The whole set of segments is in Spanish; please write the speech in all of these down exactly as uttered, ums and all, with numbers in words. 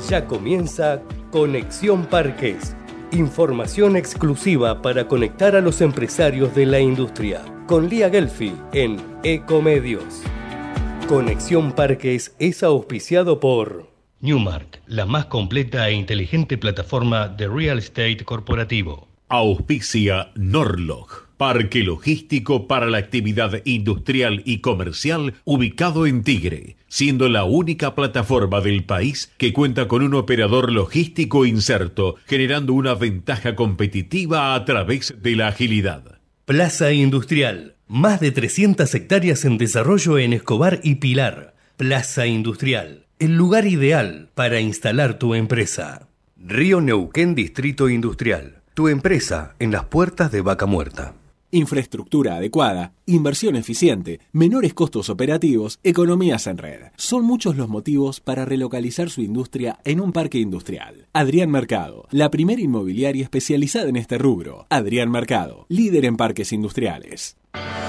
Ya comienza Conexión Parques. Información exclusiva para conectar a los empresarios de la industria. Con Lía Gelfi en Ecomedios. Conexión Parques es auspiciado por Newmark, la más completa e inteligente plataforma de real estate corporativo. Auspicia Norlog, parque logístico para la actividad industrial y comercial ubicado en Tigre, siendo la única plataforma del país que cuenta con un operador logístico inserto, generando una ventaja competitiva a través de la agilidad. Plaza Industrial, más de trescientas hectáreas en desarrollo en Escobar y Pilar. Plaza Industrial, el lugar ideal para instalar tu empresa. Río Neuquén Distrito Industrial, tu empresa en las puertas de Vaca Muerta. Infraestructura adecuada, inversión eficiente, menores costos operativos, economías en red. Son muchos los motivos para relocalizar su industria en un parque industrial. Adrián Mercado, la primera inmobiliaria especializada en este rubro. Adrián Mercado, líder en parques industriales.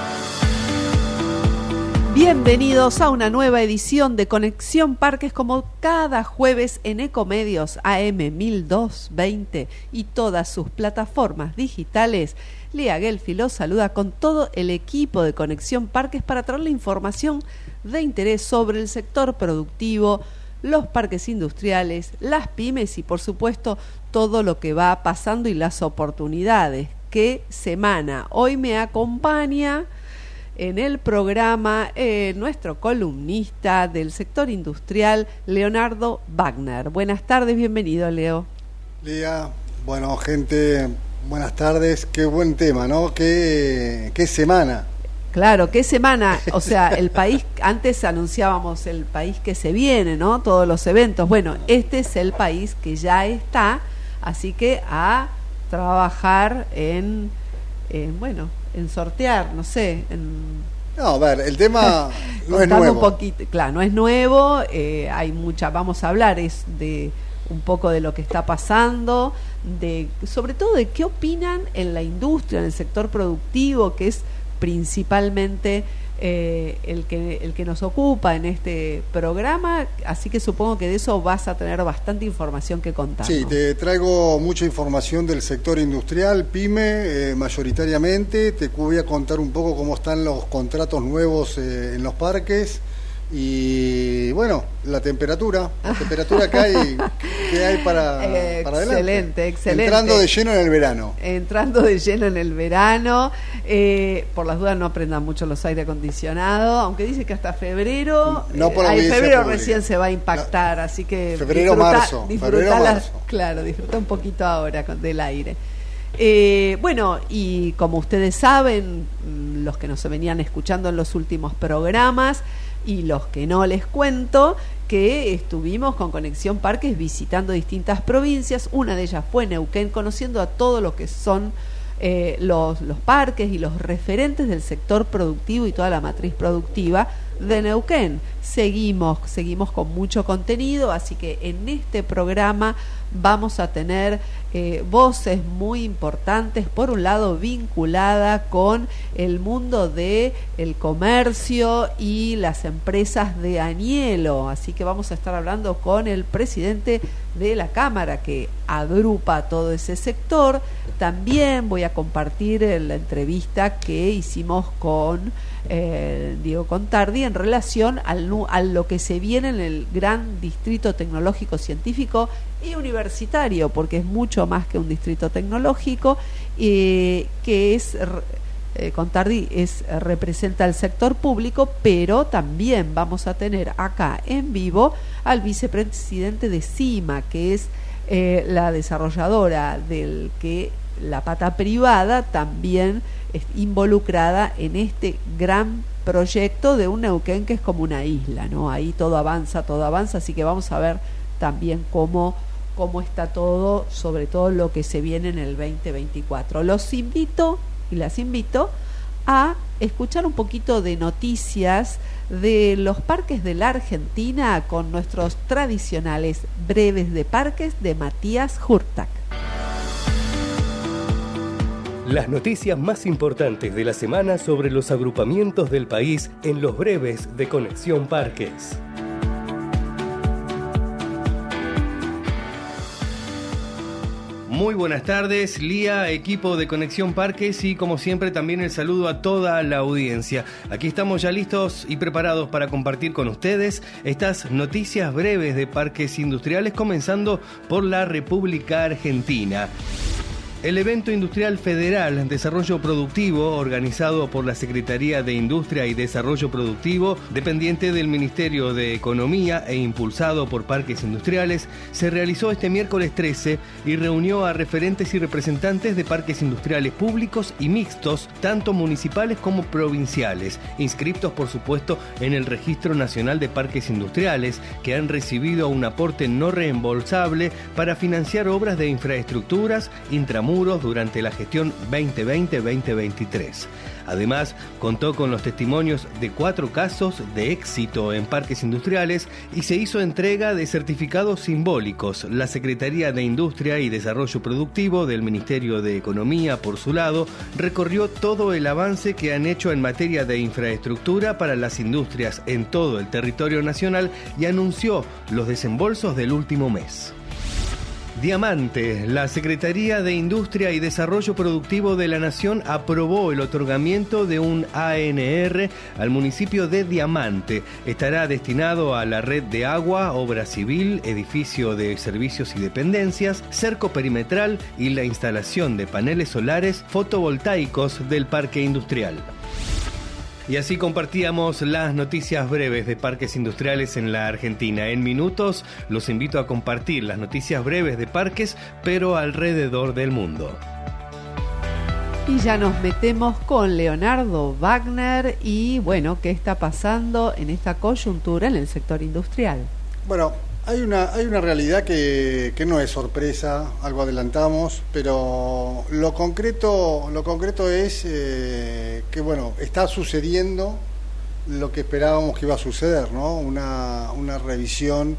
Bienvenidos a una nueva edición de Conexión Parques, como cada jueves en Ecomedios A M mil doscientos veinte y todas sus plataformas digitales. Lía Gelfi los saluda con todo el equipo de Conexión Parques para traerle información de interés sobre el sector productivo, los parques industriales, las pymes y por supuesto todo lo que va pasando y las oportunidades. ¡Qué semana! Hoy me acompaña en el programa eh, nuestro columnista del sector industrial, Leonardo Wagner. Buenas tardes, bienvenido, Leo. Lía, bueno, gente, buenas tardes. Qué buen tema, ¿no? Qué, qué semana. Claro, qué semana. O sea, el país, antes anunciábamos el país que se viene, ¿no? Todos los eventos. Bueno, este es el país que ya está, así que a trabajar en, en bueno... en sortear, no sé. En... No, a ver, el tema no es nuevo. Un poquito, claro, no es nuevo, eh, hay mucha, vamos a hablar es de un poco de lo que está pasando, de sobre todo de qué opinan en la industria, en el sector productivo, que es principalmente eh, el que el que nos ocupa en este programa, así que supongo que de eso vas a tener bastante información que contar. Sí, te traigo mucha información del sector industrial, pyme, eh, mayoritariamente. Te voy a contar un poco cómo están los contratos nuevos eh, en los parques y, bueno, la temperatura, la temperatura que hay, que hay para, eh, para adelante. Excelente, excelente. Entrando de lleno en el verano. Entrando de lleno en el verano. Eh, por las dudas no prendan mucho los aire acondicionados, aunque dice que hasta febrero, no por eh, ahí febrero pública. Recién se va a impactar, la, así que febrero, disfruta, marzo, disfruta febrero, la, marzo. Claro, disfruta un poquito ahora con, del aire. Eh, bueno, y como ustedes saben, los que nos venían escuchando en los últimos programas y los que no les cuento, que estuvimos con Conexión Parques visitando distintas provincias. Una de ellas fue Neuquén, conociendo a todo lo que son eh, los, los parques y los referentes del sector productivo y toda la matriz productiva de Neuquén. Seguimos, seguimos con mucho contenido, así que en este programa vamos a tener eh, voces muy importantes, por un lado vinculada con el mundo de el comercio y las empresas de Anielo, así que vamos a estar hablando con el presidente de la Cámara que agrupa todo ese sector. También voy a compartir la entrevista que hicimos con eh, Diego Contardi en relación al, a lo que se viene en el gran distrito tecnológico científico y universitario, porque es mucho más que un distrito tecnológico, eh, que es eh, Contardi es representa al sector público, pero también vamos a tener acá en vivo al vicepresidente de CIMA, que es eh, la desarrolladora del que la pata privada también es involucrada en este gran proyecto de un Neuquén que es como una isla, ¿no? Ahí todo avanza, todo avanza, así que vamos a ver también cómo, cómo está todo, sobre todo lo que se viene en el veinte veinticuatro. Los invito y las invito a escuchar un poquito de noticias de los parques de la Argentina con nuestros tradicionales breves de parques de Matías Hurtak. Las noticias más importantes de la semana sobre los agrupamientos del país en los breves de Conexión Parques. Muy buenas tardes, Lía, equipo de Conexión Parques y como siempre también el saludo a toda la audiencia. Aquí estamos ya listos y preparados para compartir con ustedes estas noticias breves de parques industriales, comenzando por la República Argentina. El evento industrial federal Desarrollo Productivo, organizado por la Secretaría de Industria y Desarrollo Productivo, dependiente del Ministerio de Economía e impulsado por Parques Industriales, se realizó este miércoles trece y reunió a referentes y representantes de parques industriales públicos y mixtos, tanto municipales como provinciales, inscriptos por supuesto en el Registro Nacional de Parques Industriales, que han recibido un aporte no reembolsable para financiar obras de infraestructuras, intramuros, durante la gestión veinte veinte veinte veintitrés. Además, contó con los testimonios de cuatro casos de éxito en parques industriales y se hizo entrega de certificados simbólicos. La Secretaría de Industria y Desarrollo Productivo del Ministerio de Economía, por su lado, recorrió todo el avance que han hecho en materia de infraestructura para las industrias en todo el territorio nacional y anunció los desembolsos del último mes. Diamante. La Secretaría de Industria y Desarrollo Productivo de la Nación aprobó el otorgamiento de un A N R al municipio de Diamante. Estará destinado a la red de agua, obra civil, edificio de servicios y dependencias, cerco perimetral y la instalación de paneles solares fotovoltaicos del parque industrial. Y así compartíamos las noticias breves de parques industriales en la Argentina. En minutos los invito a compartir las noticias breves de parques, pero alrededor del mundo. Y ya nos metemos con Leonardo Wagner y, bueno, ¿qué está pasando en esta coyuntura en el sector industrial? Bueno, hay una, hay una realidad que, que no es sorpresa, algo adelantamos, pero lo concreto, lo concreto es eh, que, bueno, está sucediendo lo que esperábamos que iba a suceder, ¿no? Una, una revisión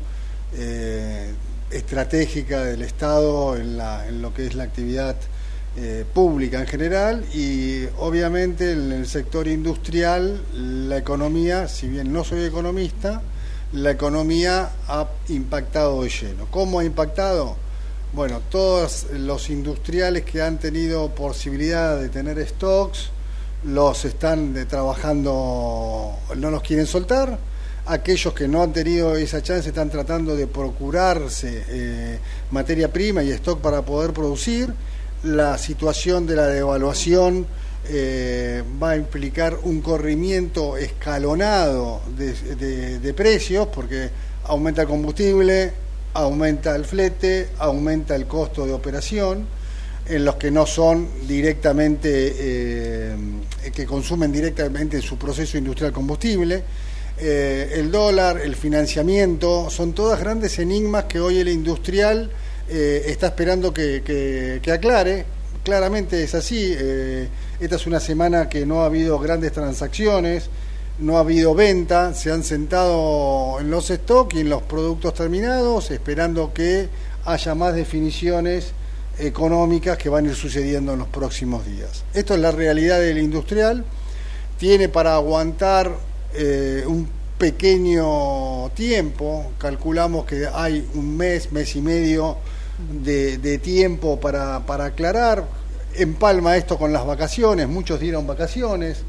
eh, estratégica del Estado en, la, en lo que es la actividad eh, pública en general y, obviamente, en el sector industrial, la economía, si bien no soy economista, la economía ha impactado de lleno. ¿Cómo ha impactado? Bueno, todos los industriales que han tenido posibilidad de tener stocks, los están de, trabajando, no los quieren soltar. Aquellos que no han tenido esa chance están tratando de procurarse eh, materia prima y stock para poder producir. La situación de la devaluación Eh, va a implicar un corrimiento escalonado de, de, de precios, porque aumenta el combustible, aumenta el flete, aumenta el costo de operación en los que no son directamente, eh, que consumen directamente en su proceso industrial combustible. Eh, el dólar, el financiamiento, son todas grandes enigmas que hoy el industrial eh, está esperando que, que, que aclare. Claramente es así. Eh, esta es una semana que no ha habido grandes transacciones, no ha habido venta, se han sentado en los stocks y en los productos terminados esperando que haya más definiciones económicas que van a ir sucediendo en los próximos días. Esto es la realidad del industrial. Tiene para aguantar eh, un pequeño tiempo, calculamos que hay un mes, mes y medio de, de tiempo para, para aclarar. Empalma esto con las vacaciones, muchos dieron vacaciones.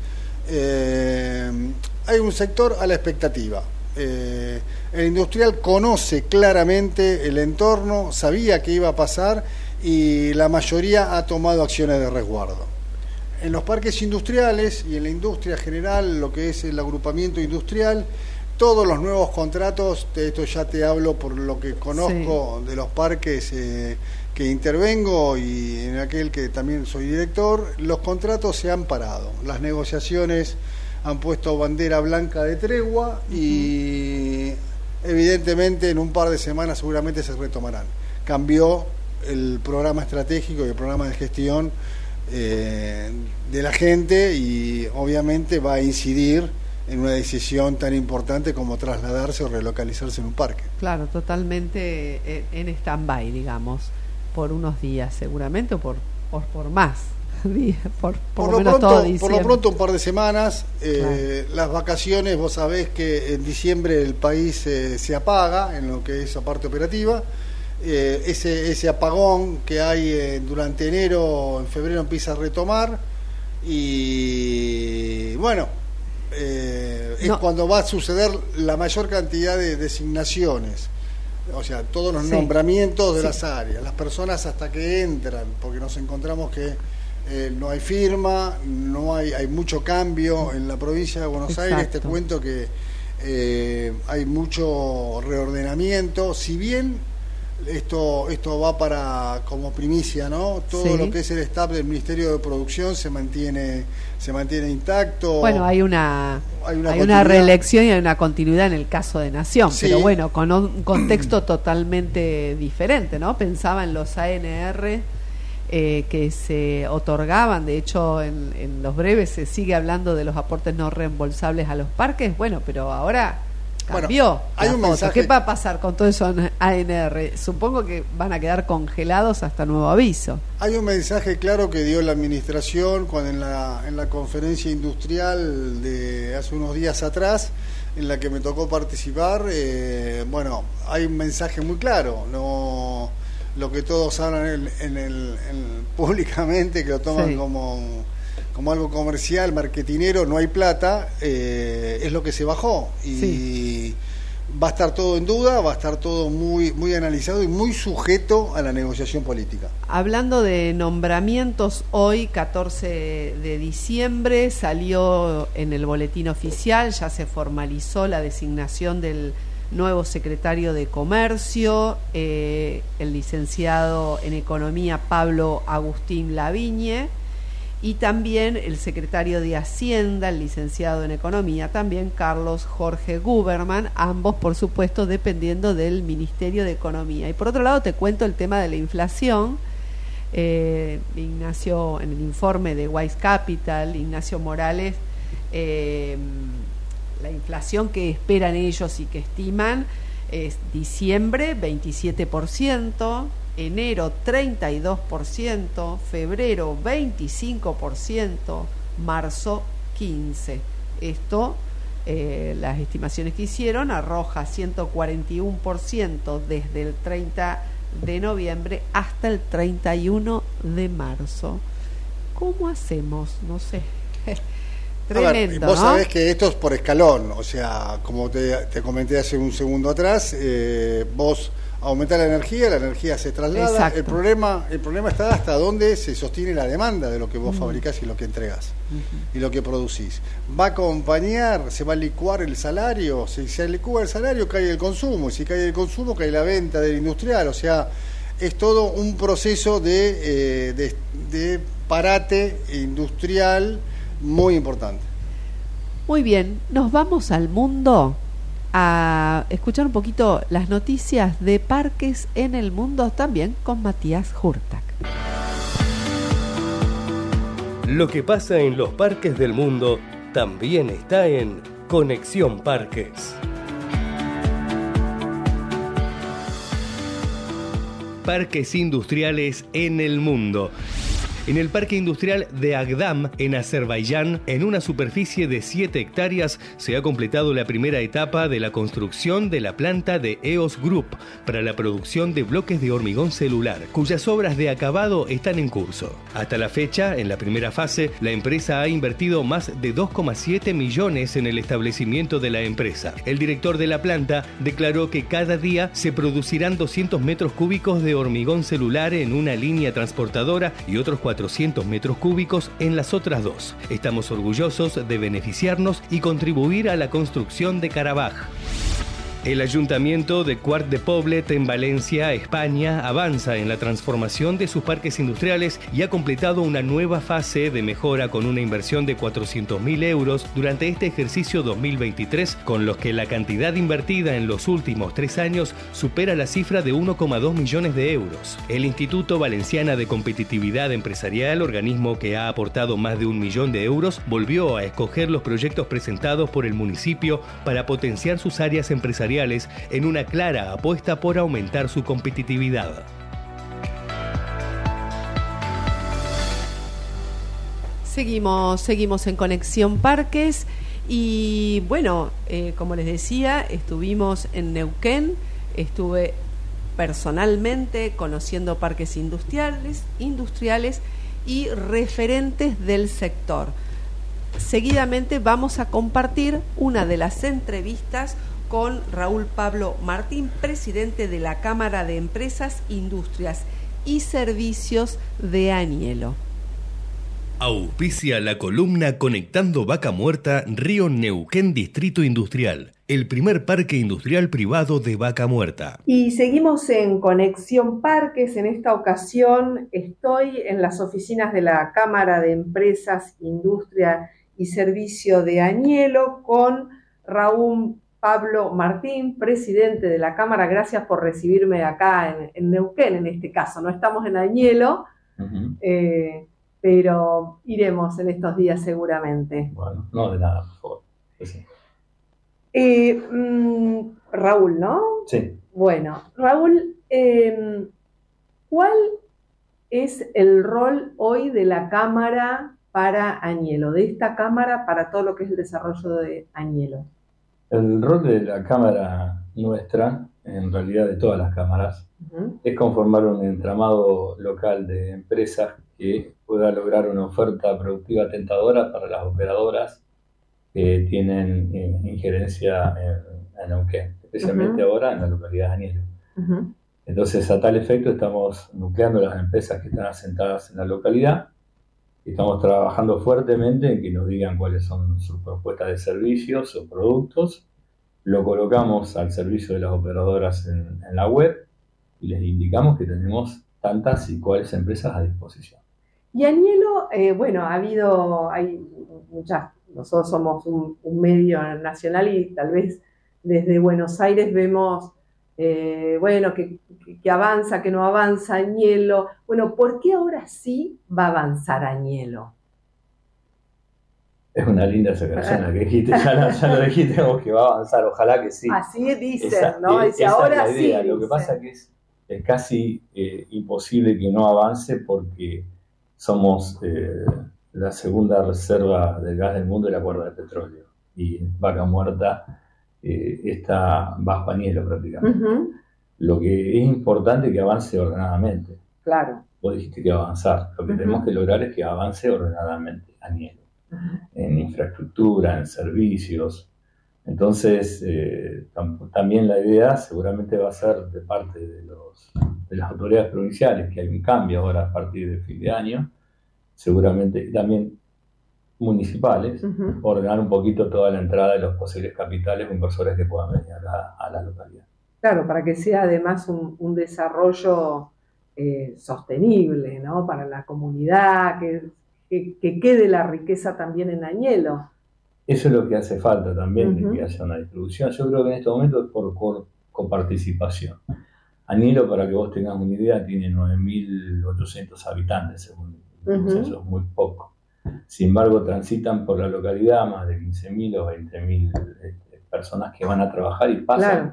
Eh, hay un sector a la expectativa. Eh, el industrial conoce claramente el entorno, sabía que iba a pasar y la mayoría ha tomado acciones de resguardo. En los parques industriales y en la industria general, lo que es el agrupamiento industrial, todos los nuevos contratos, de esto ya te hablo por lo que conozco sí. de los parques eh, que intervengo y en aquel que también soy director, los contratos se han parado, las negociaciones han puesto bandera blanca de tregua y evidentemente en un par de semanas seguramente se retomarán. Cambió el programa estratégico y el programa de gestión eh, de la gente y obviamente va a incidir en una decisión tan importante como trasladarse o relocalizarse en un parque. Claro, totalmente en stand-by, digamos, por unos días seguramente, o por, por, por más días, por, por, por, lo, lo menos pronto, todo diciembre. Por lo pronto un par de semanas, eh, claro. Las vacaciones, vos sabés que en diciembre el país eh, se apaga en lo que es la parte operativa, eh, ese, ese apagón que hay eh, durante enero, en febrero empieza a retomar y bueno, eh, es no. cuando va a suceder la mayor cantidad de designaciones. O sea, todos los sí. nombramientos de sí. las áreas, las personas hasta que entran, porque nos encontramos que eh, no hay firma, no hay, hay mucho cambio en la provincia de Buenos Exacto. Aires. Te cuento que eh, hay mucho reordenamiento, si bien esto esto va para como primicia, ¿no? Todo sí. lo que es el staff del Ministerio de Producción se mantiene se mantiene intacto. Bueno, hay una hay una, hay una reelección y hay una continuidad en el caso de Nación, sí. pero bueno, con un contexto totalmente diferente, ¿no? Pensaba en los A N R eh, que se otorgaban, de hecho en, en los breves se sigue hablando de los aportes no reembolsables a los parques, bueno, pero ahora cambió. Bueno, hay un mensaje. ¿Qué va a pasar con todo eso en A N R? Supongo que van a quedar congelados hasta nuevo aviso. Hay un mensaje claro que dio la administración cuando en la en la conferencia industrial de hace unos días atrás, en la que me tocó participar. Eh, bueno, hay un mensaje muy claro. No lo que todos hablan en el, en el, en, públicamente, que lo toman sí. como como algo comercial, marketinero, no hay plata, eh, es lo que se bajó y sí. va a estar todo en duda, va a estar todo muy muy analizado y muy sujeto a la negociación política. Hablando de nombramientos, hoy catorce de diciembre salió en el boletín oficial, ya se formalizó la designación del nuevo secretario de Comercio, eh, el licenciado en Economía Pablo Agustín Lavigne, y también el secretario de Hacienda, el licenciado en Economía, también Carlos Jorge Guberman, ambos por supuesto dependiendo del Ministerio de Economía. Y por otro lado te cuento el tema de la inflación. eh, Ignacio, en el informe de Wise Capital, Ignacio Morales, eh, la inflación que esperan ellos y que estiman es diciembre veintisiete por ciento, enero treinta y dos por ciento, febrero veinticinco por ciento, marzo quince por ciento. Esto, eh, las estimaciones que hicieron, arroja ciento cuarenta y uno por ciento desde el treinta de noviembre hasta el treinta y uno de marzo. ¿Cómo hacemos? No sé. Tremendo, a ver, vos ¿no? sabés que esto es por escalón, o sea, como te, te comenté hace un segundo atrás, eh, vos aumentás la energía, la energía se traslada. Exacto. El problema el problema está hasta dónde se sostiene la demanda de lo que vos uh-huh. fabricás y lo que entregás uh-huh. y lo que producís. Va a acompañar, se va a licuar el salario, si se licúa el salario cae el consumo, y si cae el consumo cae la venta del industrial, o sea, es todo un proceso de, eh, de, de parate industrial muy importante. Muy bien, nos vamos al mundo a escuchar un poquito las noticias de parques en el mundo, también con Matías Hurtak. Lo que pasa en los parques del mundo también está en Conexión Parques. Parques industriales en el mundo. En el Parque Industrial de Agdam, en Azerbaiyán, en una superficie de siete hectáreas, se ha completado la primera etapa de la construcción de la planta de E O S Group para la producción de bloques de hormigón celular, cuyas obras de acabado están en curso. Hasta la fecha, en la primera fase, la empresa ha invertido más de dos coma siete millones en el establecimiento de la empresa. El director de la planta declaró que cada día se producirán doscientos metros cúbicos de hormigón celular en una línea transportadora y otros cuatrocientos metros cúbicos en las otras dos. Estamos orgullosos de beneficiarnos y contribuir a la construcción de Karabaj. El Ayuntamiento de Quart de Poblet en Valencia, España, avanza en la transformación de sus parques industriales y ha completado una nueva fase de mejora con una inversión de cuatrocientos mil euros durante este ejercicio dos mil veintitrés, con los que la cantidad invertida en los últimos tres años supera la cifra de uno coma dos millones de euros. El Instituto Valenciana de Competitividad Empresarial, organismo que ha aportado más de un millón de euros, volvió a escoger los proyectos presentados por el municipio para potenciar sus áreas empresariales en una clara apuesta por aumentar su competitividad. Seguimos, seguimos en Conexión Parques y bueno, eh, como les decía, estuvimos en Neuquén, estuve personalmente, conociendo parques industriales, industriales y referentes del sector. Seguidamente vamos a compartir una de las entrevistas con Raúl Pablo Martín, presidente de la Cámara de Empresas, Industrias y Servicios de Añelo. Auspicia la columna Conectando Vaca Muerta, Río Neuquén Distrito Industrial, el primer parque industrial privado de Vaca Muerta. Y seguimos en Conexión Parques. En esta ocasión estoy en las oficinas de la Cámara de Empresas, Industria y Servicio de Añelo con Raúl Pablo Martín, presidente de la Cámara. Gracias por recibirme acá en, en Neuquén, en este caso. No estamos en Añelo, uh-huh. eh, pero iremos en estos días seguramente. Bueno, no de nada, por favor. Sí. Eh, mm, Raúl, ¿no? Sí. Bueno, Raúl, eh, ¿cuál es el rol hoy de la Cámara para Añelo, de esta Cámara para todo lo que es el desarrollo de Añelo? El rol de la Cámara nuestra, en realidad de todas las cámaras, uh-huh. es conformar un entramado local de empresas que pueda lograr una oferta productiva tentadora para las operadoras que tienen eh, injerencia en, en Neuquén, especialmente uh-huh. ahora en la localidad de Añelo. Uh-huh. Entonces, a tal efecto, estamos nucleando las empresas que están asentadas en la localidad. Estamos trabajando fuertemente en que nos digan cuáles son sus propuestas de servicios o productos. Lo colocamos al servicio de las operadoras en, en la web y les indicamos que tenemos tantas y cuáles empresas a disposición. Y Añelo, eh, bueno, ha habido, hay muchas, nosotros somos un, un medio nacional y tal vez desde Buenos Aires vemos, eh, bueno, que, que, que avanza, que no avanza Añelo. Bueno, ¿por qué ahora sí va a avanzar Añelo? Es una linda aseveración la que dijiste, ya, la, ya lo dijiste vos que va a avanzar, ojalá que sí. Así dicen, esa, ¿no? Es, Dice, esa ahora es la idea. Sí. Lo que pasa es que es, es casi eh, imposible que no avance porque somos eh, la segunda reserva de gas del mundo y la cuerda de petróleo. Y Vaca Muerta eh, está bajo Añelo prácticamente. Uh-huh. Lo que es importante es que avance ordenadamente. Claro. Vos dijiste que va a avanzar. Lo que uh-huh. tenemos que lograr es que avance ordenadamente Añelo. Uh-huh. En infraestructura, en servicios. Entonces, eh, tam- también la idea seguramente va a ser de parte de, los, de las autoridades provinciales, que hay un cambio ahora a partir de fin de año, seguramente también municipales, uh-huh. ordenar un poquito toda la entrada de los posibles capitales o inversores que puedan venir acá a la localidad. Claro, para que sea además un, un desarrollo eh, sostenible, ¿no? Para la comunidad, que, que, que quede la riqueza también en Añelo. Eso es lo que hace falta también, uh-huh. de que haya una distribución. Yo creo que en este momento es por, por coparticipación. Añelo, para que vos tengas una idea, tiene nueve mil ochocientos habitantes, según uh-huh. eso es muy poco. Sin embargo, transitan por la localidad más de quince mil o veinte mil este, personas que van a trabajar y pasan, claro.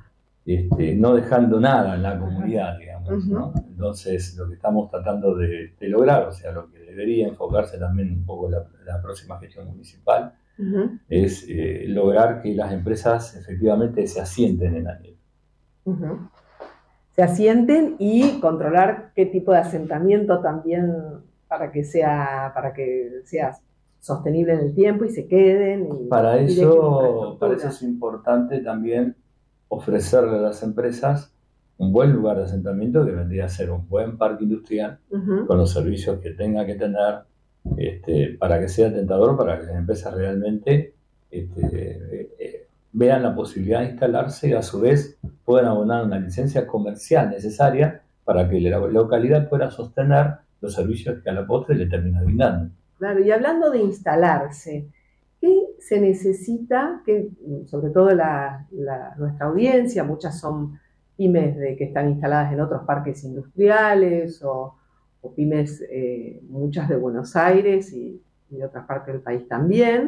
este, no dejando nada en la comunidad, digamos. Uh-huh. ¿no? Entonces, lo que estamos tratando de, de lograr, o sea, lo que debería enfocarse también un poco la, la próxima gestión municipal, uh-huh. es eh, lograr que las empresas efectivamente se asienten en Añelo. Uh-huh. Se asienten y controlar qué tipo de asentamiento también para que sea para que sea sostenible en el tiempo y se queden. Y, para, y eso, para eso es importante también ofrecerle a las empresas un buen lugar de asentamiento que vendría a ser un buen parque industrial uh-huh. con los servicios que tenga que tener este, para que sea tentador, para que las empresas realmente este, eh, vean la posibilidad de instalarse y a su vez puedan abonar una licencia comercial necesaria para que la localidad pueda sostener los servicios que a la postre le terminan brindando. Claro, y hablando de instalarse, ¿qué se necesita? Que, sobre todo la, la, nuestra audiencia, muchas son pymes de, que están instaladas en otros parques industriales o, o pymes, eh, muchas de Buenos Aires y, y de otras partes del país también.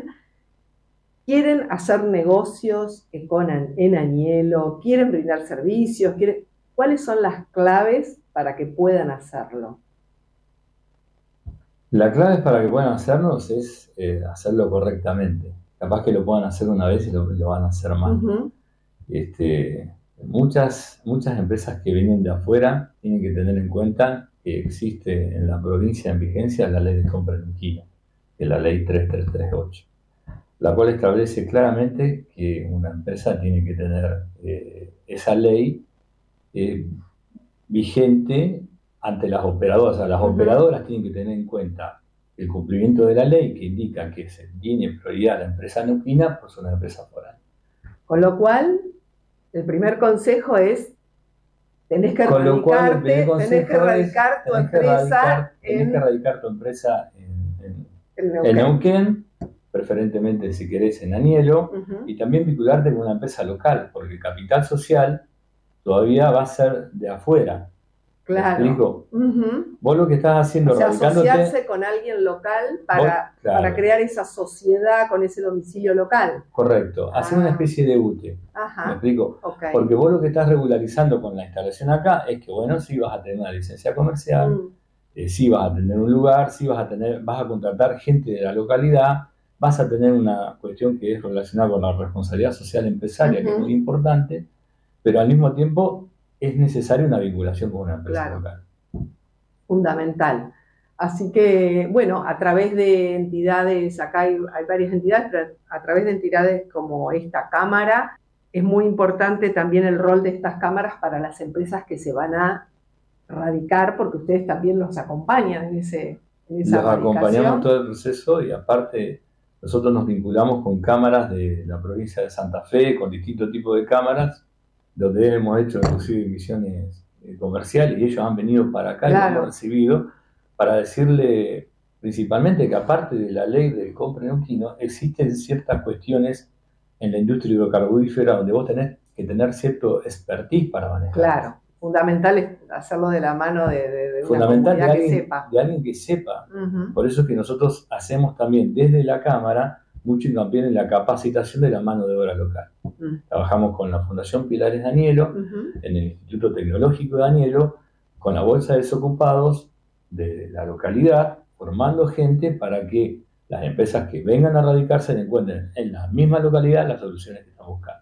Quieren hacer negocios con, en Añelo, quieren brindar servicios, quieren, ¿cuáles son las claves para que puedan hacerlo? La clave para que puedan hacerlos es eh, hacerlo correctamente. Capaz que lo puedan hacer una vez y lo, lo van a hacer mal. Uh-huh. Este, Muchas, muchas empresas que vienen de afuera tienen que tener en cuenta que existe en la provincia en vigencia la ley de compra en quino, que es la ley tres tres tres ocho, la cual establece claramente que una empresa tiene que tener eh, esa ley eh, vigente ante las operadoras. O sea, las uh-huh. operadoras tienen que tener en cuenta el cumplimiento de la ley, que indica que se tiene prioridad a la empresa neuquina por ser una empresa foral. Con lo cual, el primer consejo es, tenés que Con lo cual, el primer tenés que erradicar tu tenés empresa que radicar, en... Tenés que erradicar tu empresa en, en, en Neuquén. En Neuquén, preferentemente si querés en Anielo, uh-huh. y también vincularte con una empresa local, porque el capital social todavía va a ser de afuera. Claro. ¿Me explico? Uh-huh. Vos lo que estás haciendo, o sea, radicándote... asociarse con alguien local para, vos, claro. para crear esa sociedad con ese domicilio local. Correcto. Ah. Hacer una especie de U T E. Ajá. ¿Me explico? Okay. Porque vos lo que estás regularizando con la instalación acá es que, bueno, sí vas a tener una licencia comercial, mm. eh, sí vas a tener un lugar, sí vas a tener, vas a contratar gente de la localidad, vas a tener una cuestión que es relacionada con la responsabilidad social empresaria, uh-huh. que es muy importante, pero al mismo tiempo es necesaria una vinculación con una empresa claro. local. Fundamental. Así que, bueno, a través de entidades, acá hay, hay varias entidades, pero a través de entidades como esta Cámara, es muy importante también el rol de estas cámaras para las empresas que se van a radicar, porque ustedes también los acompañan en, ese, en esa los radicación. Acompañamos todo el proceso y aparte nosotros nos vinculamos con cámaras de la provincia de Santa Fe, con distintos tipos de cámaras, donde hemos hecho inclusive misiones eh, comerciales y ellos han venido para acá claro. y lo hemos recibido para decirle principalmente que aparte de la ley del compra neuquino existen ciertas cuestiones en la industria hidrocarburífera donde vos tenés que tener cierto expertise para manejar. Claro, fundamental es hacerlo de la mano de, de, de una fundamental comunidad de alguien, que sepa. De alguien que sepa. Uh-huh. Por eso es que nosotros hacemos también desde la Cámara mucho hincapié en la capacitación de la mano de obra local. Uh-huh. Trabajamos con la Fundación Pilares de Anielo, uh-huh. en el Instituto Tecnológico de Anielo, con la Bolsa de Desocupados de la localidad, formando gente para que las empresas que vengan a radicarse encuentren en la misma localidad las soluciones que están buscando.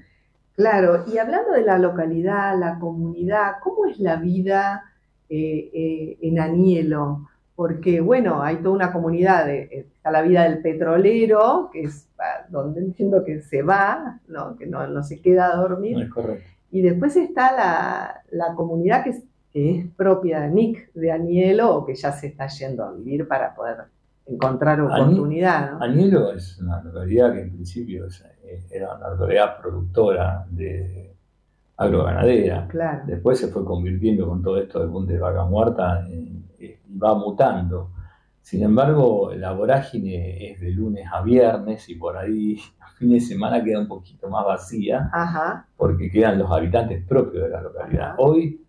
Claro, y hablando de la localidad, la comunidad, ¿cómo es la vida eh, eh, en Anielo? Porque, bueno, hay toda una comunidad, de, está la vida del petrolero, que es donde entiendo que se va, ¿no? que no, no se queda a dormir. No es correcto. Y después está la, la comunidad que es, que es propia de N I C de Anielo, o que ya se está yendo a vivir para poder encontrar oportunidad, ¿no? Anielo es una localidad que en principio es, era una localidad productora de agroganadera. Claro. Después se fue convirtiendo con todo esto del boom de vaca muerta y va mutando. Sin embargo, la vorágine es de lunes a viernes y por ahí a fin de semana queda un poquito más vacía. Ajá. Porque quedan los habitantes propios de la localidad. Hoy,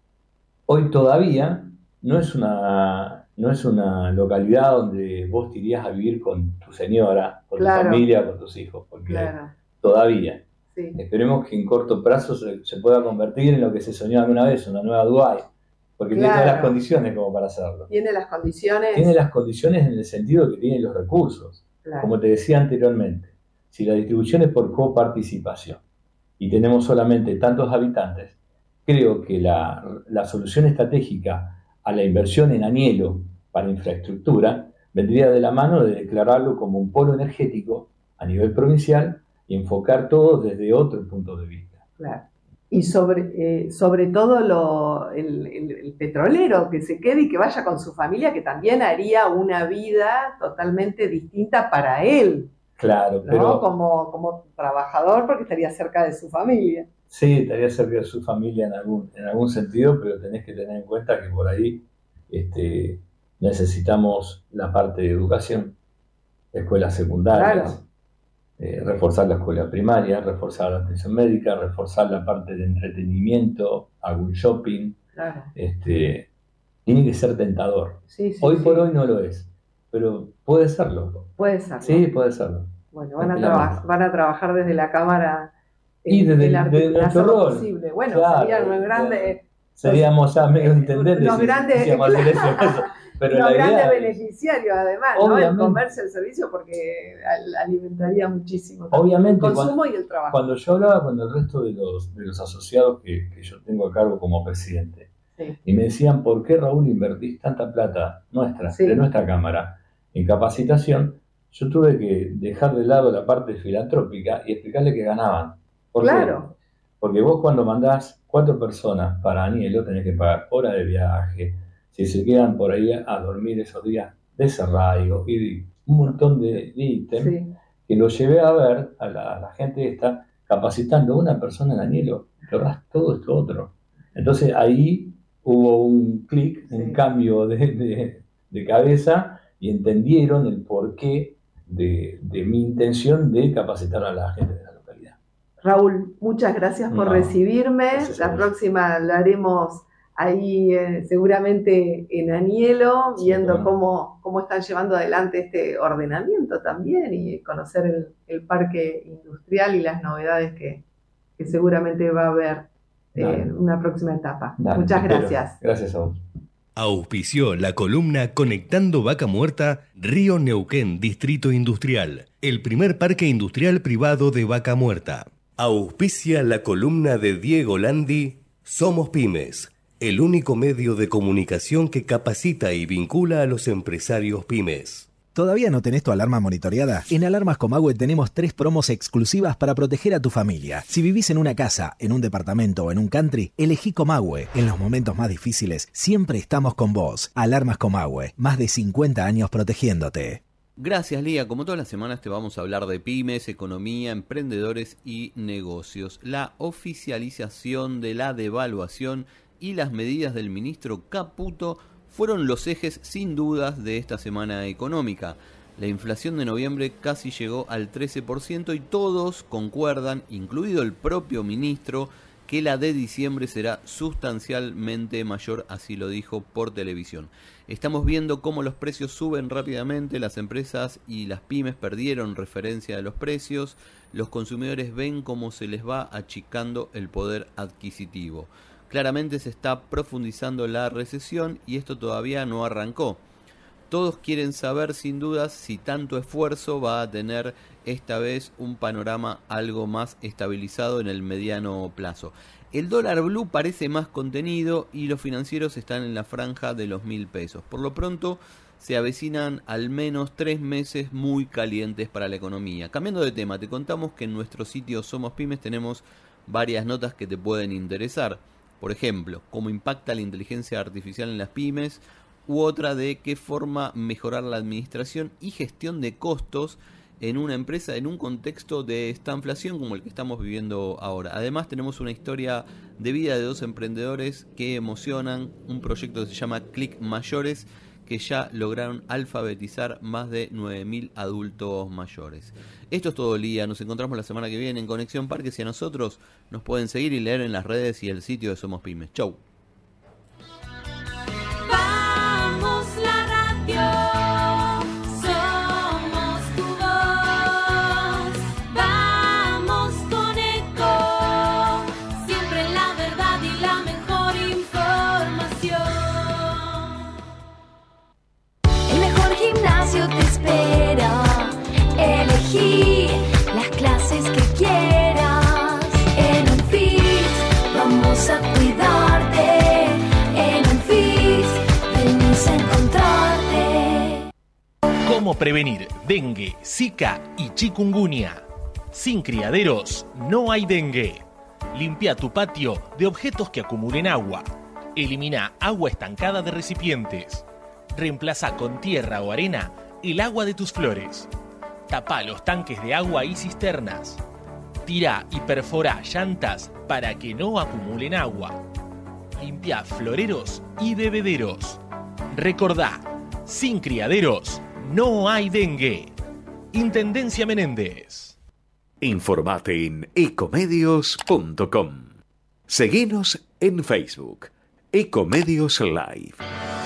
hoy todavía no es una no es una localidad donde vos te irías a vivir con tu señora, con claro. tu familia, con tus hijos, porque claro. todavía. Sí. Esperemos que en corto plazo se, se pueda convertir en lo que se soñó alguna vez, una nueva Dubái, porque claro. tiene todas las condiciones como para hacerlo. Tiene las condiciones. Tiene las condiciones en el sentido que tiene los recursos. Claro. Como te decía anteriormente, si la distribución es por coparticipación y tenemos solamente tantos habitantes, creo que la, la solución estratégica a la inversión en Anielo para infraestructura vendría de la mano de declararlo como un polo energético a nivel provincial y enfocar todo desde otro punto de vista. Claro. Y sobre, eh, sobre todo lo, el, el, el petrolero que se quede y que vaya con su familia, que también haría una vida totalmente distinta para él. Claro, ¿no? pero... Como, como trabajador, porque estaría cerca de su familia. Sí, estaría cerca de su familia en algún, en algún sentido, pero tenés que tener en cuenta que por ahí este, necesitamos la parte de educación, escuelas secundarias, claro. eh, reforzar la escuela primaria, reforzar la atención médica, reforzar la parte de entretenimiento, algún shopping. Claro. Este, tiene que ser tentador. Sí, sí, hoy sí. por hoy no lo es, pero puede serlo. Puede serlo. Sí, puede serlo. Bueno, van a, traba- van a trabajar desde la Cámara. Y desde, el desde nuestro rol. Posible. Bueno, claro, sería un grande, seríamos ya medio intendentes. Los grandes, si claro, eso. Pero los la grandes idea beneficiarios, además, ¿no? El comercio, el servicio, porque alimentaría muchísimo. Obviamente, el consumo cuando, y el trabajo. Cuando yo hablaba con el resto de los, de los asociados que, que yo tengo a cargo como presidente, sí. y me decían, ¿por qué, Raúl, invertís tanta plata nuestra, sí. de nuestra Cámara, en capacitación? Yo tuve que dejar de lado la parte filantrópica y explicarle que ganaban. ¿Por claro. qué? Porque vos cuando mandás cuatro personas para Anielo tenés que pagar hora de viaje, si se quedan por ahí a dormir esos días, desarraigo y un montón de ítems sí. que lo llevé a ver a la, a la gente esta capacitando a una persona en Anielo, te ahorras todo esto otro. Entonces ahí hubo un clic, sí. un cambio de, de, de cabeza y entendieron el porqué de, de mi intención de capacitar a la gente de la localidad. Raúl, muchas gracias por no, recibirme. Gracias la próxima la haremos ahí eh, seguramente en Anielo, sí, viendo bueno. cómo, cómo están llevando adelante este ordenamiento también y conocer el, el parque industrial y las novedades que, que seguramente va a haber en eh, una próxima etapa. Dale, muchas gracias. Gracias a vos. Auspició la columna Conectando Vaca Muerta, Río Neuquén, Distrito Industrial, el primer parque industrial privado de Vaca Muerta. Auspicia la columna de Diego Landi, Somos Pymes, el único medio de comunicación que capacita y vincula a los empresarios pymes. ¿Todavía no tenés tu alarma monitoreada? En Alarmas Comahue tenemos tres promos exclusivas para proteger a tu familia. Si vivís en una casa, en un departamento o en un country, elegí Comahue. En los momentos más difíciles, siempre estamos con vos. Alarmas Comahue, más de cincuenta años protegiéndote. Gracias, Lía. Como todas las semanas te vamos a hablar de pymes, economía, emprendedores y negocios. La oficialización de la devaluación y las medidas del ministro Caputo fueron los ejes sin dudas de esta semana económica. La inflación de noviembre casi llegó al trece por ciento y todos concuerdan, incluido el propio ministro, que la de diciembre será sustancialmente mayor, así lo dijo por televisión. Estamos viendo cómo los precios suben rápidamente, las empresas y las pymes perdieron referencia de los precios, los consumidores ven cómo se les va achicando el poder adquisitivo. Claramente se está profundizando la recesión y esto todavía no arrancó. Todos quieren saber sin dudas si tanto esfuerzo va a tener esta vez un panorama algo más estabilizado en el mediano plazo. El dólar blue parece más contenido y los financieros están en la franja de los mil pesos. Por lo pronto se avecinan al menos tres meses muy calientes para la economía. Cambiando de tema, te contamos que en nuestro sitio Somos Pymes tenemos varias notas que te pueden interesar. Por ejemplo, cómo impacta la inteligencia artificial en las pymes, u otra de qué forma mejorar la administración y gestión de costos en una empresa en un contexto de estanflación como el que estamos viviendo ahora. Además tenemos una historia de vida de dos emprendedores que emocionan, un proyecto que se llama Click Mayores, que ya lograron alfabetizar más de nueve mil adultos mayores. Esto es todo, Lía. Nos encontramos la semana que viene en Conexión Parques y a nosotros nos pueden seguir y leer en las redes y el sitio de Somos Pymes. Chau. Vamos la radio. Te espera, elegí las clases que quieras. En un fit vamos a cuidarte. En un fit venimos a encontrarte. ¿Cómo prevenir dengue, zika y chikungunya? Sin criaderos no hay dengue. Limpia tu patio de objetos que acumulen agua. Elimina agua estancada de recipientes. Reemplaza con tierra o arena el agua de tus flores. Tapa los tanques de agua y cisternas. Tira y perfora llantas para que no acumulen agua. Limpia floreros y bebederos. Recordá, sin criaderos no hay dengue. Intendencia Menéndez. Informate en ecomedios punto com. Seguinos en Facebook. Ecomedios Live.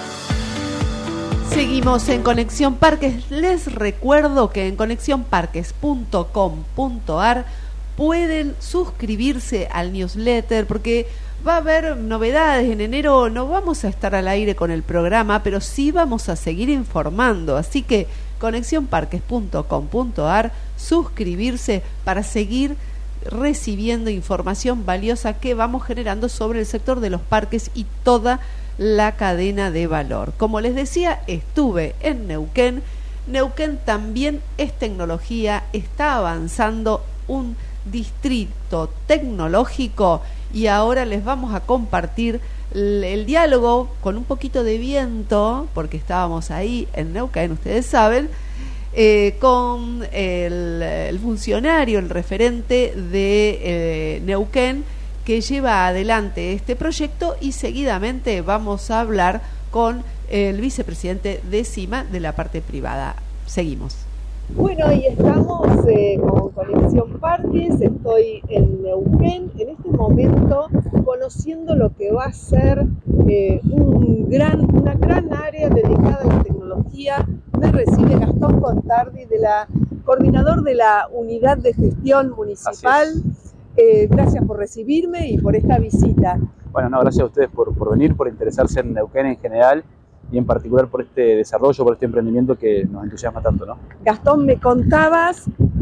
Seguimos en Conexión Parques. Les recuerdo que en conexión parques punto com punto ar pueden suscribirse al newsletter porque va a haber novedades. En enero no vamos a estar al aire con el programa, pero sí vamos a seguir informando. Así que conexión parques punto com punto a r, suscribirse para seguir recibiendo información valiosa que vamos generando sobre el sector de los parques y toda la cadena de valor. Como les decía, estuve en Neuquén. Neuquén también es tecnología, está avanzando un distrito tecnológico y ahora les vamos a compartir el, el diálogo con un poquito de viento, porque estábamos ahí en Neuquén, ustedes saben, eh, con el, el funcionario, el referente de eh, Neuquén, que lleva adelante este proyecto, y seguidamente vamos a hablar con el vicepresidente de CIMA de la parte privada. Seguimos. Bueno, y estamos eh, con Conexión Parques, estoy en Neuquén, en este momento conociendo lo que va a ser eh, un gran, una gran área dedicada a la tecnología. Me recibe Gastón Contardi, de la, coordinador de la Unidad de Gestión Municipal. Eh, gracias por recibirme y por esta visita. Bueno, no, gracias a ustedes por, por venir, por interesarse en Neuquén en general y en particular por este desarrollo, por este emprendimiento que nos entusiasma tanto, ¿no? Gastón, me contabas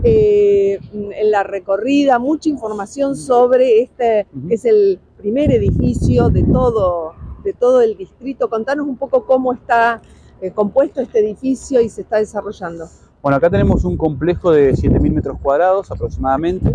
eh, en la recorrida mucha información sobre este, uh-huh. que es el primer edificio de todo, de todo el distrito. Contanos un poco cómo está eh, compuesto este edificio y se está desarrollando. Bueno, acá tenemos un complejo de siete mil metros cuadrados aproximadamente,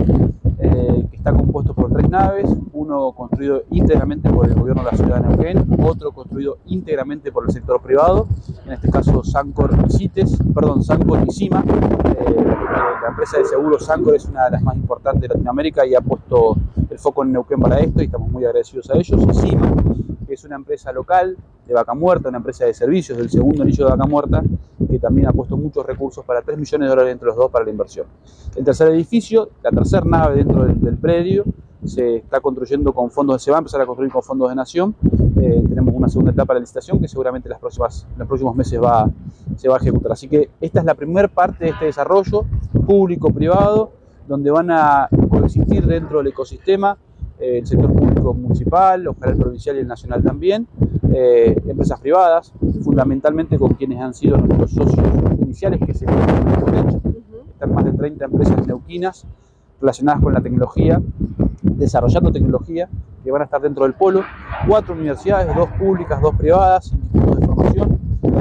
eh, que está compuesto por tres naves, uno construido íntegramente por el gobierno de la ciudad de Neuquén, otro construido íntegramente por el sector privado, en este caso Sancor y CITES, perdón, Sancor y CIMA. Eh, la empresa de seguros Sancor es una de las más importantes de Latinoamérica y ha puesto el foco en Neuquén para esto y estamos muy agradecidos a ellos. Y CIMA, que es una empresa local de Vaca Muerta, una empresa de servicios del segundo anillo de Vaca Muerta, que también ha puesto muchos recursos, para tres millones de dólares entre los dos para la inversión. El tercer edificio, la tercera nave dentro del, del predio, se está construyendo con fondos, se va a empezar a construir con fondos de Nación. Eh, tenemos una segunda etapa de la licitación que seguramente las próximas, en los próximos meses va, se va a ejecutar. Así que esta es la primera parte de este desarrollo público-privado, donde van a coexistir dentro del ecosistema eh, el sector público municipal, ojalá el provincial y el nacional también, eh, empresas privadas, fundamentalmente con quienes han sido nuestros socios iniciales, que se uh-huh. están más de treinta empresas neuquinas relacionadas con la tecnología, desarrollando tecnología, que van a estar dentro del polo, cuatro universidades, dos públicas, dos privadas, institutos de formación,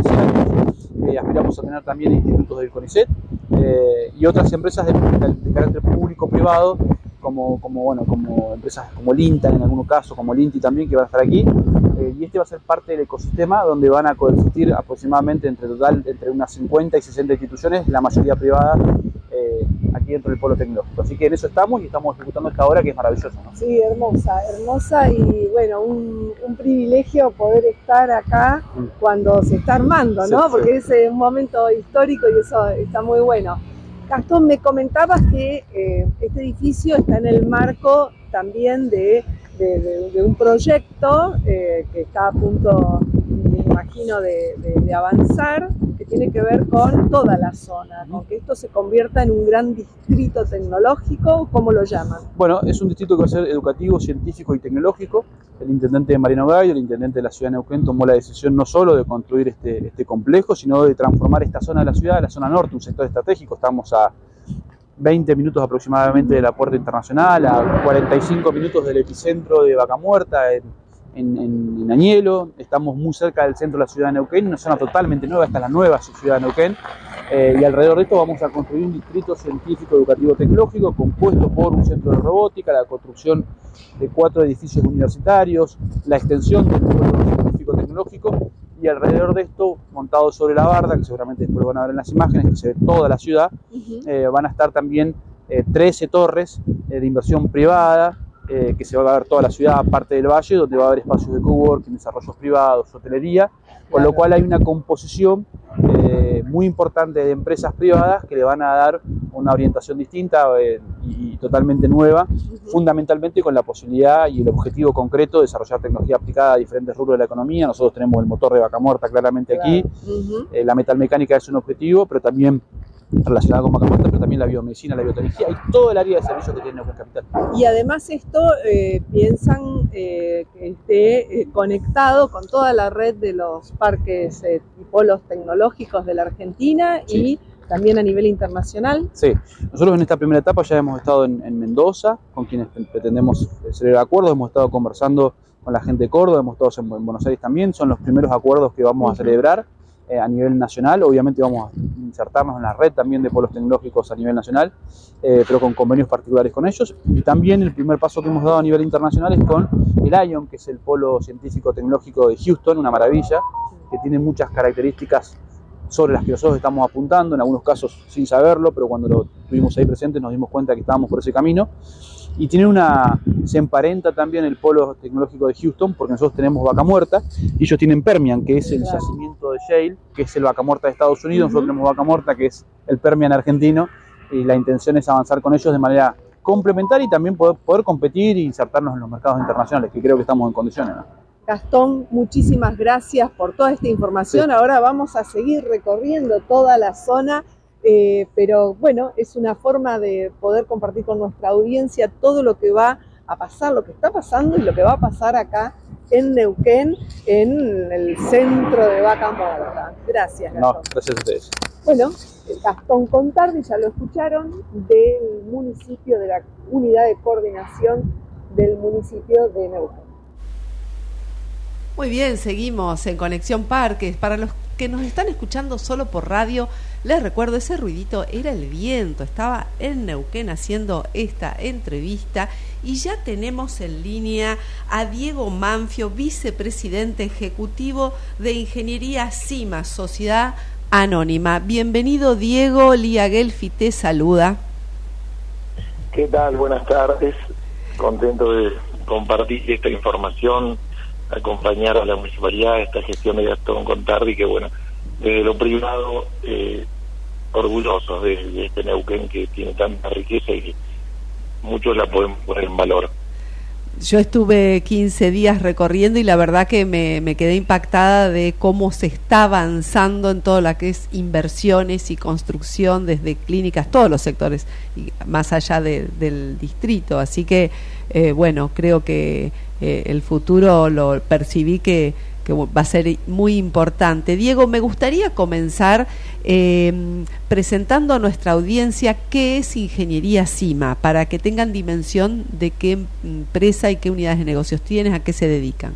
eh, aspiramos a tener también institutos del CONICET, eh, y otras empresas de, de, de carácter público-privado, como, como, bueno, como empresas como Lintan en algún caso, como Linti también, que van a estar aquí, eh, y este va a ser parte del ecosistema donde van a coexistir aproximadamente entre total entre unas cincuenta y sesenta instituciones, la mayoría privada, eh, aquí dentro del polo tecnológico. Así que en eso estamos y estamos ejecutando esta obra que es maravillosa, ¿no? Sí, hermosa, hermosa y bueno, un, un privilegio poder estar acá cuando se está armando, ¿no? Sí, porque sí. Es un momento histórico y eso está muy bueno. Gastón, me comentabas que eh, este edificio está en el marco también de, de, de, de un proyecto eh, que está a punto, me imagino, de, de, de avanzar, que tiene que ver con toda la zona, con que esto se convierta en un gran distrito tecnológico. ¿Cómo lo llaman? Bueno, es un distrito que va a ser educativo, científico y tecnológico. El intendente de Mariano Gallo, el intendente de la ciudad de Neuquén, tomó la decisión no solo de construir este, este complejo, sino de transformar esta zona de la ciudad, la zona norte, un sector estratégico. Estamos a veinte minutos aproximadamente de la Puerta Internacional, a cuarenta y cinco minutos del epicentro de Vaca Muerta, en, en, en Añelo. Estamos muy cerca del centro de la ciudad de Neuquén, una zona totalmente nueva, esta es la nueva ciudad de Neuquén. Eh, y alrededor de esto vamos a construir un distrito científico, educativo, tecnológico, compuesto por un centro de robótica, la construcción de cuatro edificios universitarios, la extensión del pueblo científico tecnológico, y alrededor de esto, montado sobre la barda, que seguramente después lo van a ver en las imágenes, que se ve toda la ciudad, uh-huh. eh, van a estar también eh, trece torres eh, de inversión privada, eh, que se va a ver toda la ciudad, aparte del valle, donde va a haber espacios de coworking, desarrollos privados, hotelería, con lo cual hay una composición eh, muy importante de empresas privadas que le van a dar una orientación distinta eh, y, y totalmente nueva, uh-huh. fundamentalmente con la posibilidad y el objetivo concreto de desarrollar tecnología aplicada a diferentes rubros de la economía. Nosotros tenemos el motor de Vaca Muerta claramente claro. aquí, uh-huh. eh, la metalmecánica es un objetivo, pero también relacionada con vaca muerta, pero también la biomedicina, la biotecnología y todo el área de servicios que tiene Neuquén Capital. Y además esto eh, piensan eh, que esté eh, conectado con toda la red de los parques eh, y polos tecnológicos de la Argentina sí. y también a nivel internacional. Sí, nosotros en esta primera etapa ya hemos estado en, en Mendoza, con quienes pretendemos celebrar acuerdos, hemos estado conversando con la gente de Córdoba, hemos estado en, en Buenos Aires también, son los primeros acuerdos que vamos uh-huh. a celebrar eh, a nivel nacional, obviamente vamos a insertarnos en la red también de polos tecnológicos a nivel nacional, eh, pero con convenios particulares con ellos, y también el primer paso que hemos dado a nivel internacional es con el I O N, que es el polo científico tecnológico de Houston, una maravilla, que tiene muchas características sobre las que nosotros estamos apuntando, en algunos casos sin saberlo, pero cuando lo tuvimos ahí presentes nos dimos cuenta que estábamos por ese camino. Y tiene una, se emparenta también el polo tecnológico de Houston, porque nosotros tenemos Vaca Muerta, y ellos tienen Permian, que es el yacimiento de shale, que es el Vaca Muerta de Estados Unidos, uh-huh. nosotros tenemos Vaca Muerta, que es el Permian argentino, y la intención es avanzar con ellos de manera complementaria y también poder, poder competir e insertarnos en los mercados internacionales, que creo que estamos en condiciones, ¿no? Gastón, muchísimas gracias por toda esta información. Sí. Ahora vamos a seguir recorriendo toda la zona, eh, pero bueno, es una forma de poder compartir con nuestra audiencia todo lo que va a pasar, lo que está pasando y lo que va a pasar acá en Neuquén, en el centro de Vaca Muerta. Gracias, Gastón. No, gracias a ustedes. Bueno, Gastón Contardi, ya lo escucharon, del municipio, de la unidad de coordinación del municipio de Neuquén. Muy bien, seguimos en Conexión Parques. Para los que nos están escuchando solo por radio, les recuerdo, ese ruidito era el viento. Estaba en Neuquén haciendo esta entrevista y ya tenemos en línea a Diego Manfio, vicepresidente ejecutivo de Ingeniería CIMA, Sociedad Anónima. Bienvenido, Diego. Lía Gelfi te saluda. ¿Qué tal? Buenas tardes. Contento de compartir esta información, acompañar a la municipalidad a esta gestión de Gastón Contardi, que bueno, desde lo privado, eh, orgullosos de, de este Neuquén que tiene tanta riqueza y que muchos la podemos poner en valor. Yo estuve quince días recorriendo y la verdad que me, me quedé impactada de cómo se está avanzando en todo lo que es inversiones y construcción, desde clínicas, todos los sectores, y más allá de, del distrito. Así que, eh, bueno, creo que eh, el futuro lo percibí que, que va a ser muy importante. Diego, me gustaría comenzar eh, presentando a nuestra audiencia qué es Ingeniería CIMA, para que tengan dimensión de qué empresa y qué unidades de negocios tienes, a qué se dedican.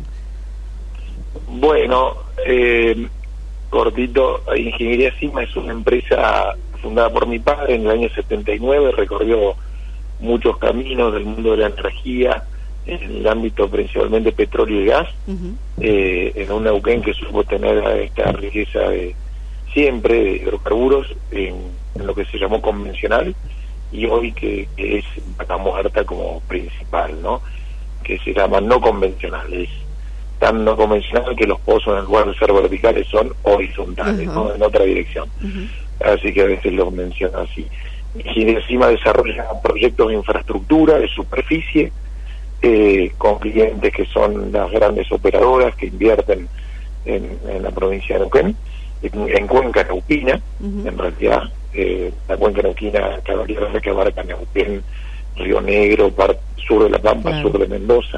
Bueno, eh, cortito, Ingeniería CIMA es una empresa fundada por mi padre en el año setenta y nueve, recorrió muchos caminos del mundo de la energía, en el ámbito principalmente petróleo y gas, uh-huh. eh, en un Neuquén que supo tener esta riqueza de siempre de hidrocarburos en, en lo que se llamó convencional, y hoy que, que es Vaca Muerta como principal, ¿no? Que se llama no convencional, es tan no convencional que los pozos en lugar de ser verticales son horizontales, uh-huh. ¿no? En otra dirección. Uh-huh. Así que a veces los menciono así. Ingeniería CIMA desarrolla proyectos de infraestructura, de superficie, Eh, con clientes que son las grandes operadoras que invierten en, en la provincia de Neuquén, en, en Cuenca Neuquina, uh-huh. en realidad eh, la Cuenca Neuquina cada día que abarca Neuquén, Río Negro, parte sur de La Pampa, claro. sur de Mendoza,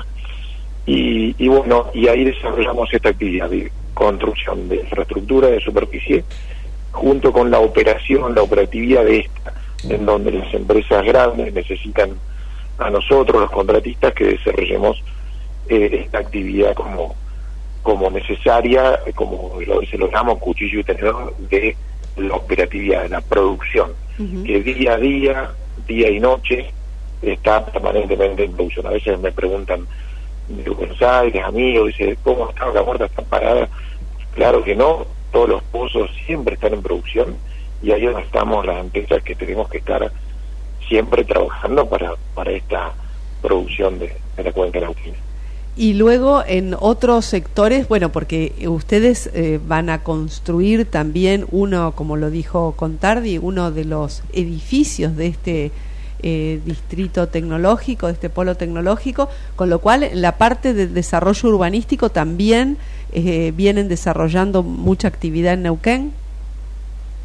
y, y bueno, y ahí desarrollamos esta actividad de construcción de infraestructura de superficie, junto con la operación, la operatividad de esta, en donde las empresas grandes necesitan a nosotros, los contratistas, que desarrollemos eh, esta actividad como como necesaria, como lo, se lo llamamos cuchillo y tenedor de la operatividad, de la producción, uh-huh. que día a día, día y noche, está permanentemente en producción. A veces me preguntan de Buenos Aires, amigos, dice, ¿cómo está la muerta? ¿Está parada? Claro que no, todos los pozos siempre están en producción, y ahí donde estamos las empresas que tenemos que estar siempre trabajando para, para esta producción de, de la cuenca neuquina. Y luego en otros sectores, bueno, porque ustedes eh, van a construir también uno, como lo dijo Contardi, uno de los edificios de este eh, distrito tecnológico, de este polo tecnológico, con lo cual en la parte de desarrollo urbanístico también eh, vienen desarrollando mucha actividad en Neuquén.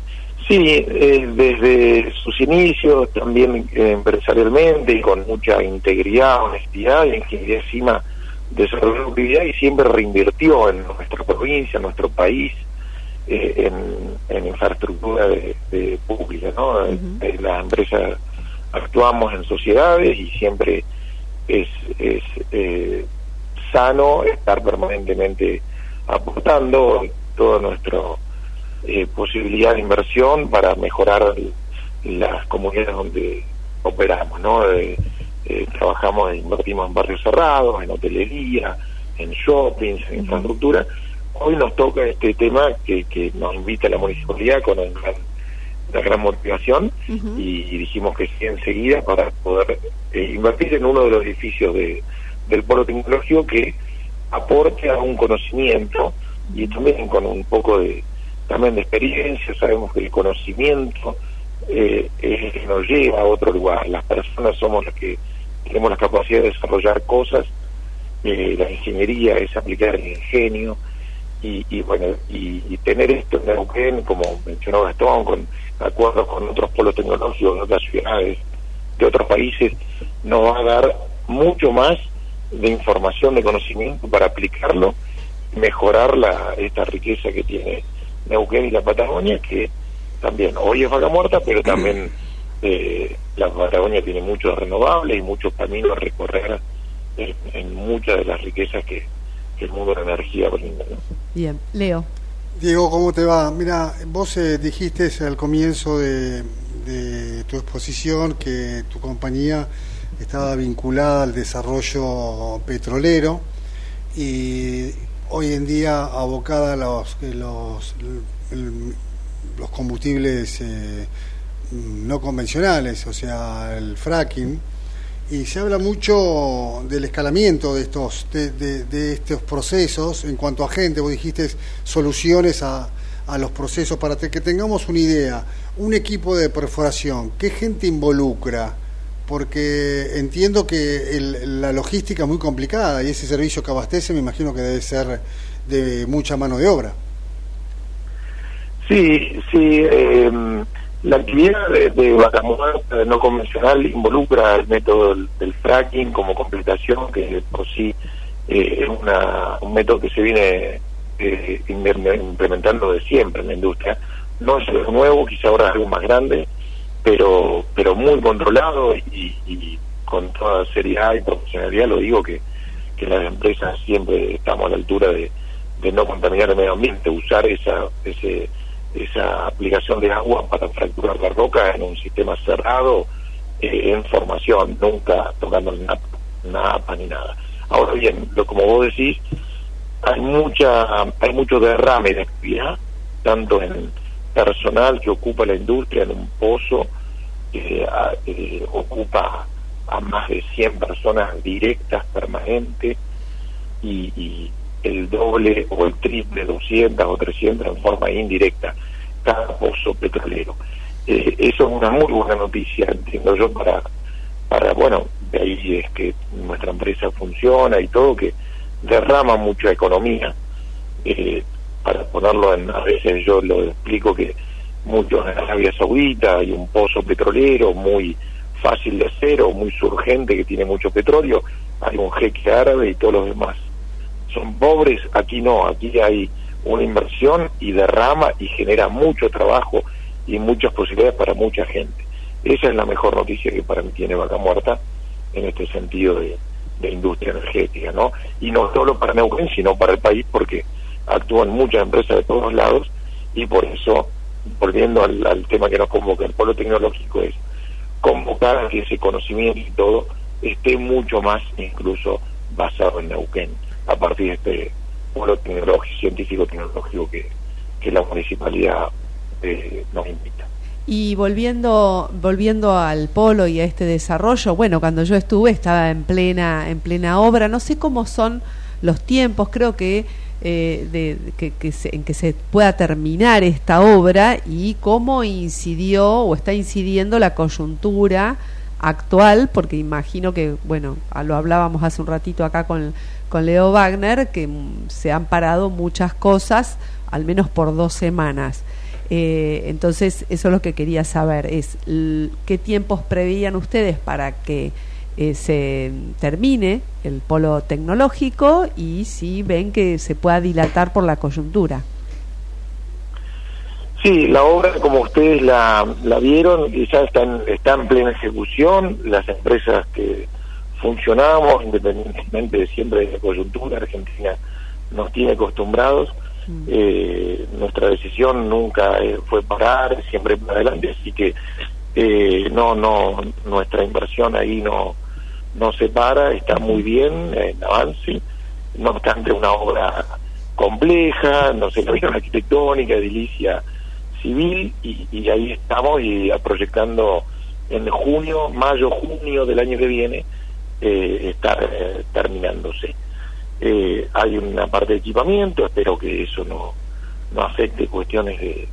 Sí, eh, desde sus inicios, también eh, empresarialmente, y con mucha integridad, honestidad, y Ingeniería Cima desarrolló actividad y siempre reinvirtió en nuestra provincia, en nuestro país, eh, en, en infraestructura de, de pública, ¿no? Uh-huh. eh, las empresas actuamos en sociedades y siempre es, es eh, sano estar permanentemente aportando todo nuestro eh, posibilidad de inversión para mejorar las comunidades donde operamos, ¿no? Eh, eh, trabajamos, invertimos en barrios cerrados, en hotelería, en shoppings, en infraestructura. Hoy nos toca este tema que, que nos invita la municipalidad con un gran, una gran motivación, uh-huh. y, y dijimos que sí enseguida para poder eh, invertir en uno de los edificios de, del polo tecnológico que aporte a un conocimiento y también con un poco de también de experiencia. Sabemos que el conocimiento eh, es el que nos lleva a otro lugar. Las personas somos las que tenemos la capacidad de desarrollar cosas, eh, la ingeniería es aplicar el ingenio, y, y bueno, y, y tener esto en Neuquén, como mencionó Gastón, con acuerdos con otros polos tecnológicos de otras ciudades, de otros países, nos va a dar mucho más de información, de conocimiento para aplicarlo, mejorar la esta riqueza que tiene Neuquén y la Patagonia, que también hoy es vaca muerta, pero también eh, la Patagonia tiene muchos renovables y muchos caminos a recorrer en, en muchas de las riquezas que, que el mundo de la energía brinda, ¿no? Bien, Leo. Diego, ¿cómo te va? Mira, vos eh, dijiste al comienzo de, de tu exposición que tu compañía estaba vinculada al desarrollo petrolero y hoy en día abocada a los, los, el, los combustibles eh, no convencionales, o sea, el fracking, y se habla mucho del escalamiento de estos de, de, de estos procesos en cuanto a gente. Vos dijiste soluciones a, a los procesos. Para que tengamos una idea, un equipo de perforación, ¿qué gente involucra? Porque entiendo que el, la logística es muy complicada y ese servicio que abastece me imagino que debe ser de mucha mano de obra. Sí, sí, eh, la actividad de, de vaca muerta no convencional involucra el método del, del fracking como completación, que por sí eh, es una, un método que se viene eh, implementando de siempre en la industria. No es algo nuevo, quizá ahora es algo más grande, pero pero muy controlado y, y con toda seriedad y profesionalidad. Lo digo que, que las empresas siempre estamos a la altura de, de no contaminar el medio ambiente, usar esa ese esa aplicación de agua para fracturar la roca en un sistema cerrado, eh, en formación, nunca tocando el napa, napa ni nada. Ahora bien, lo como vos decís, hay mucha hay mucho derrame de actividad, tanto en personal que ocupa la industria en un pozo, eh, a, eh, ocupa a más de cien personas directas permanentes y, y el doble o el triple, doscientas o trescientas en forma indirecta cada pozo petrolero. Eh, eso es una muy buena noticia, entiendo yo, para para bueno, de ahí es que nuestra empresa funciona y todo, que derrama mucha economía. eh, para ponerlo en, a veces yo lo explico que muchos en Arabia Saudita hay un pozo petrolero muy fácil de hacer o muy surgente que tiene mucho petróleo, hay un jeque árabe y todos los demás son pobres. Aquí no, aquí hay una inversión y derrama y genera mucho trabajo y muchas posibilidades para mucha gente. Esa es la mejor noticia que para mí tiene Vaca Muerta en este sentido de, de industria energética, ¿no? Y no solo para Neuquén, sino para el país, porque actúan muchas empresas de todos lados, y por eso, volviendo al, al tema que nos convoca el polo tecnológico, es convocar a que ese conocimiento y todo esté mucho más incluso basado en Neuquén, a partir de este polo tecnológico, científico tecnológico que, que la municipalidad eh, nos invita. Y volviendo volviendo al polo y a este desarrollo, bueno, cuando yo estuve estaba en plena en plena obra. No sé cómo son los tiempos, creo que eh, de, que, que se, en que se pueda terminar esta obra, y cómo incidió o está incidiendo la coyuntura actual, porque imagino que, bueno, lo hablábamos hace un ratito acá con, con Leo Wagner, que se han parado muchas cosas, al menos por dos semanas. Eh, entonces, eso es lo que quería saber, es l- qué tiempos preveían ustedes para que eh, se termine el polo tecnológico y si ven que se pueda dilatar por la coyuntura. Sí, la obra, como ustedes la, la vieron, ya está en, está en plena ejecución. Las empresas que funcionamos, independientemente de siempre de la coyuntura, Argentina nos tiene acostumbrados. Mm. Eh, nuestra decisión nunca eh, fue parar, siempre para adelante, así que eh, no, no, nuestra inversión ahí no, no se para, está muy bien en avance. No obstante, una obra compleja, no sé, la visión arquitectónica, edilicia, civil, y, y ahí estamos y proyectando en junio, mayo, junio del año que viene eh, estar eh, terminándose. Eh, hay una parte de equipamiento, espero que eso no, no afecte cuestiones de,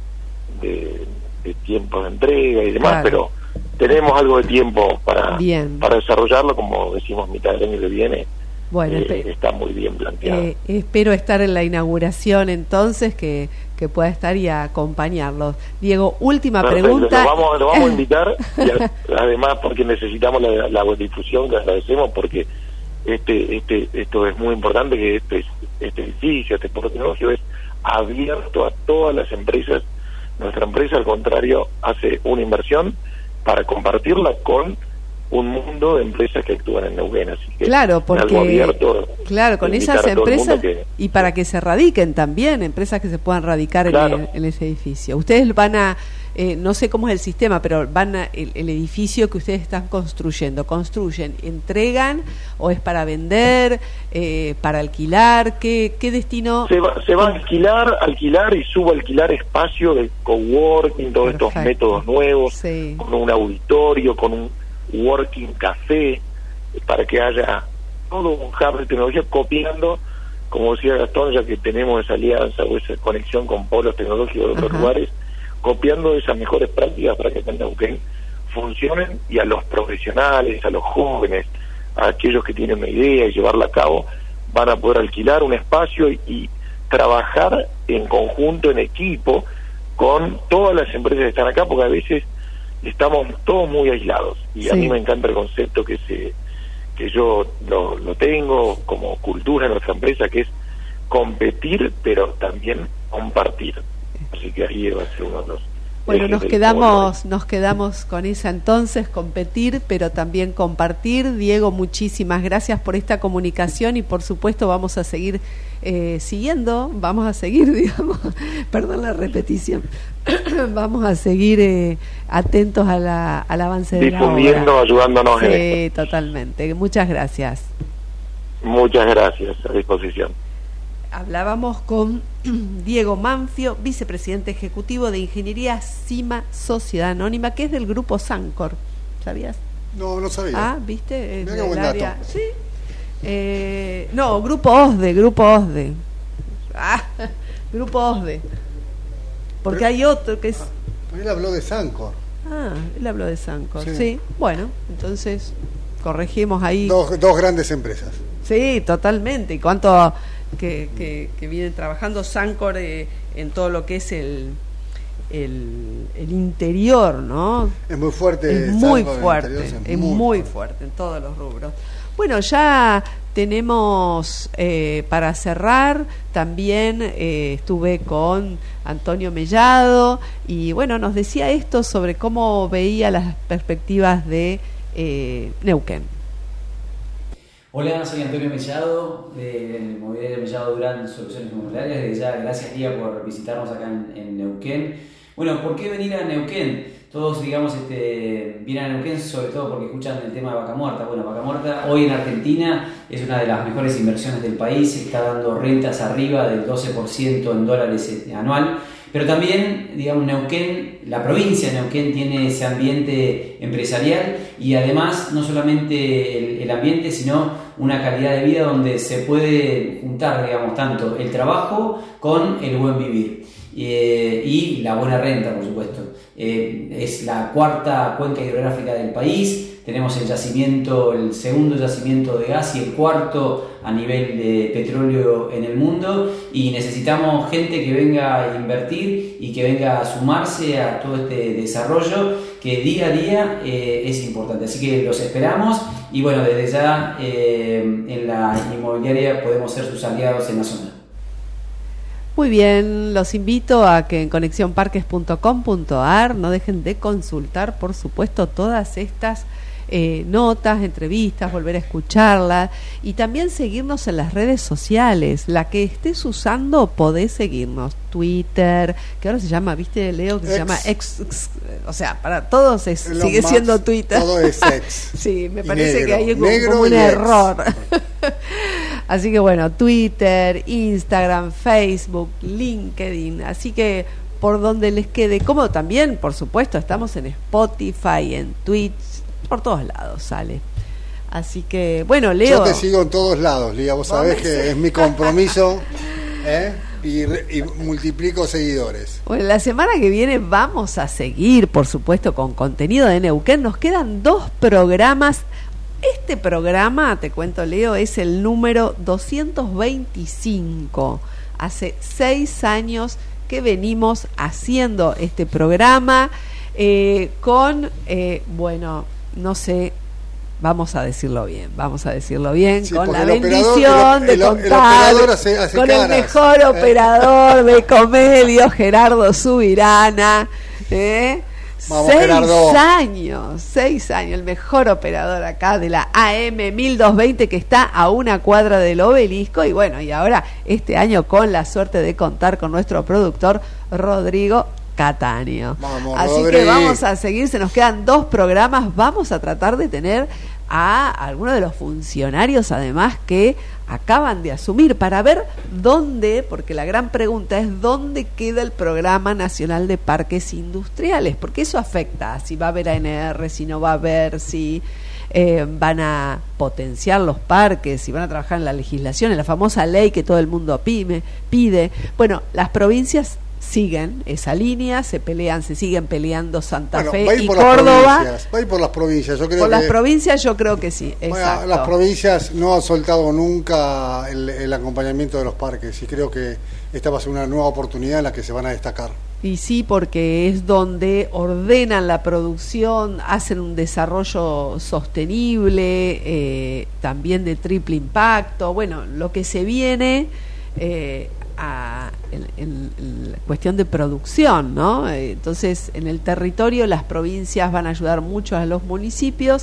de, de tiempo de entrega y demás, claro. Pero tenemos algo de tiempo para, para desarrollarlo, como decimos, mitad del año que viene. Bueno, eh, está muy bien planteado. Eh, espero estar en la inauguración entonces, que, que pueda estar y acompañarlos. Diego, última Perfecto, pregunta. Lo vamos, lo vamos a invitar, y a, además porque necesitamos la, la difusión, que agradecemos, porque este este esto es muy importante, que este, este edificio, este polo tecnológico es abierto a todas las empresas. Nuestra empresa, al contrario, hace una inversión para compartirla con un mundo de empresas que actúan en Neuquén, así que claro, porque algo abierto, claro, con esas empresas que, y para que se radiquen también, empresas que se puedan radicar claro. en, el, en ese edificio. Ustedes van a, eh, no sé cómo es el sistema, pero van a, el, el edificio que ustedes están construyendo, construyen, entregan, o es para vender, eh, para alquilar, ¿qué, qué destino? Se va, se va a alquilar, alquilar y subalquilar espacio de coworking, todos Perfecto. Estos métodos nuevos, sí. Con un auditorio, con un working café, para que haya todo un hub de tecnología, copiando, como decía Gastón, ya que tenemos esa alianza o esa conexión con polos tecnológicos de otros Ajá. lugares, copiando esas mejores prácticas para que en Neuquén funcionen, y a los profesionales, a los jóvenes, a aquellos que tienen una idea y llevarla a cabo, van a poder alquilar un espacio y, y trabajar en conjunto, en equipo, con todas las empresas que están acá, porque a veces estamos todos muy aislados, y sí. A mí me encanta el concepto que se que yo lo, lo tengo como cultura en nuestra empresa, que es competir pero también compartir, así que ahí va a ser uno de los bueno, nos quedamos nos quedamos con esa entonces, competir pero también compartir. Diego, muchísimas gracias por esta comunicación, y por supuesto vamos a seguir eh, siguiendo, vamos a seguir, digamos, perdón la repetición, vamos a seguir eh, atentos a la, al avance de la obra. Difundiendo, ayudándonos sí, en esto. Totalmente. Muchas gracias. Muchas gracias, a disposición. Hablábamos con Diego Manfio, vicepresidente ejecutivo de Ingeniería CIMA Sociedad Anónima, que es del grupo Sancor. ¿Sabías? No, no sabía. Ah, ¿viste? Mira qué buen dato. Sí. Eh, no, grupo OSDE, grupo OSDE. Ah, grupo OSDE. Porque Pero, hay otro que es... Él habló de Sancor. Ah, él habló de Sancor. Sí. Sí. Bueno, entonces corregimos ahí. Dos, dos grandes empresas. Sí, totalmente. Y cuánto que, que, que vienen trabajando Sancor eh, en todo lo que es el, el el interior, ¿no? Es muy fuerte. Es muy Sancor, fuerte, es, es muy, muy fuerte. fuerte en todos los rubros. Bueno, ya tenemos eh, para cerrar, también eh, estuve con Antonio Mellado, y bueno, nos decía esto sobre cómo veía las perspectivas de eh, Neuquén. Hola, soy Antonio Mellado, del Mobiliario Mellado Durán Soluciones Inmobiliarias. Desde ya, gracias, Lía, por visitarnos acá en, en Neuquén. Bueno, ¿por qué venir a Neuquén? Todos, digamos, este, vienen a Neuquén sobre todo porque escuchan el tema de Vaca Muerta. Bueno, Vaca Muerta hoy en Argentina es una de las mejores inversiones del país, está dando rentas arriba del doce por ciento en dólares anual. Pero también, digamos, Neuquén, la provincia de Neuquén tiene ese ambiente empresarial, y además no solamente el, el ambiente, sino una calidad de vida donde se puede juntar, digamos, tanto el trabajo con el buen vivir eh, y la buena renta, por supuesto. Eh, es la cuarta cuenca hidrográfica del país, tenemos el yacimiento, el segundo yacimiento de gas y el cuarto a nivel de petróleo en el mundo y necesitamos gente que venga a invertir y que venga a sumarse a todo este desarrollo que día a día eh, es importante. Así que los esperamos y bueno, desde ya eh, en la inmobiliaria podemos ser sus aliados en la zona. Muy bien, los invito a que en conexión parques punto com punto a r no dejen de consultar, por supuesto, todas estas eh, notas, entrevistas, volver a escucharlas y también seguirnos en las redes sociales. La que estés usando, podés seguirnos. Twitter, que ahora se llama, ¿viste, Leo? Que ex. se llama ex, ex, o sea, para todos es, sigue Max, siendo Twitter. Todo es ex. Sí, me y parece negro, que hay como, como un error. Así que bueno, Twitter, Instagram, Facebook, LinkedIn, así que por donde les quede, como también, por supuesto, estamos en Spotify, en Twitch, por todos lados sale. Así que, bueno, Leo. Yo te sigo en todos lados, Lía, vos sabés que es mi compromiso, ¿eh? Y, y multiplico seguidores. Bueno, la semana que viene vamos a seguir, por supuesto, con contenido de Neuquén. Nos quedan dos programas. Este programa, te cuento, Leo, es el número doscientos veinticinco. Hace seis años que venimos haciendo este programa eh, con, eh, bueno, no sé, vamos a decirlo bien, vamos a decirlo bien, sí, con la bendición operador, el, de contar el, el hace, hace con caras, el mejor ¿eh? operador de Comedio, Gerardo Subirana, ¿eh? Vamos, seis Gerardo. años, seis años, el mejor operador acá de la A M mil doscientos veinte que está a una cuadra del Obelisco y bueno, y ahora este año con la suerte de contar con nuestro productor Rodrigo Cataño. Vamos, Así Rodri. que vamos a seguir, se nos quedan dos programas, vamos a tratar de tener a algunos de los funcionarios además que acaban de asumir para ver dónde, porque la gran pregunta es dónde queda el Programa Nacional de Parques Industriales, porque eso afecta si va a haber A N R, si no va a haber, si eh, van a potenciar los parques, si van a trabajar en la legislación, en la famosa ley que todo el mundo pide, pide. Bueno, las provincias siguen esa línea, se pelean, se siguen peleando Santa bueno, Fe y por Córdoba. Va a ir por las provincias, yo creo por que, las provincias yo creo que sí, bueno, exacto. Las provincias no han soltado nunca el, el acompañamiento de los parques y creo que esta va a ser una nueva oportunidad en la que se van a destacar. Y sí, porque es donde ordenan la producción, hacen un desarrollo sostenible, eh, también de triple impacto, bueno, lo que se viene eh, a, en, en, en la cuestión de producción, ¿no? Eh, entonces, en el territorio las provincias van a ayudar mucho a los municipios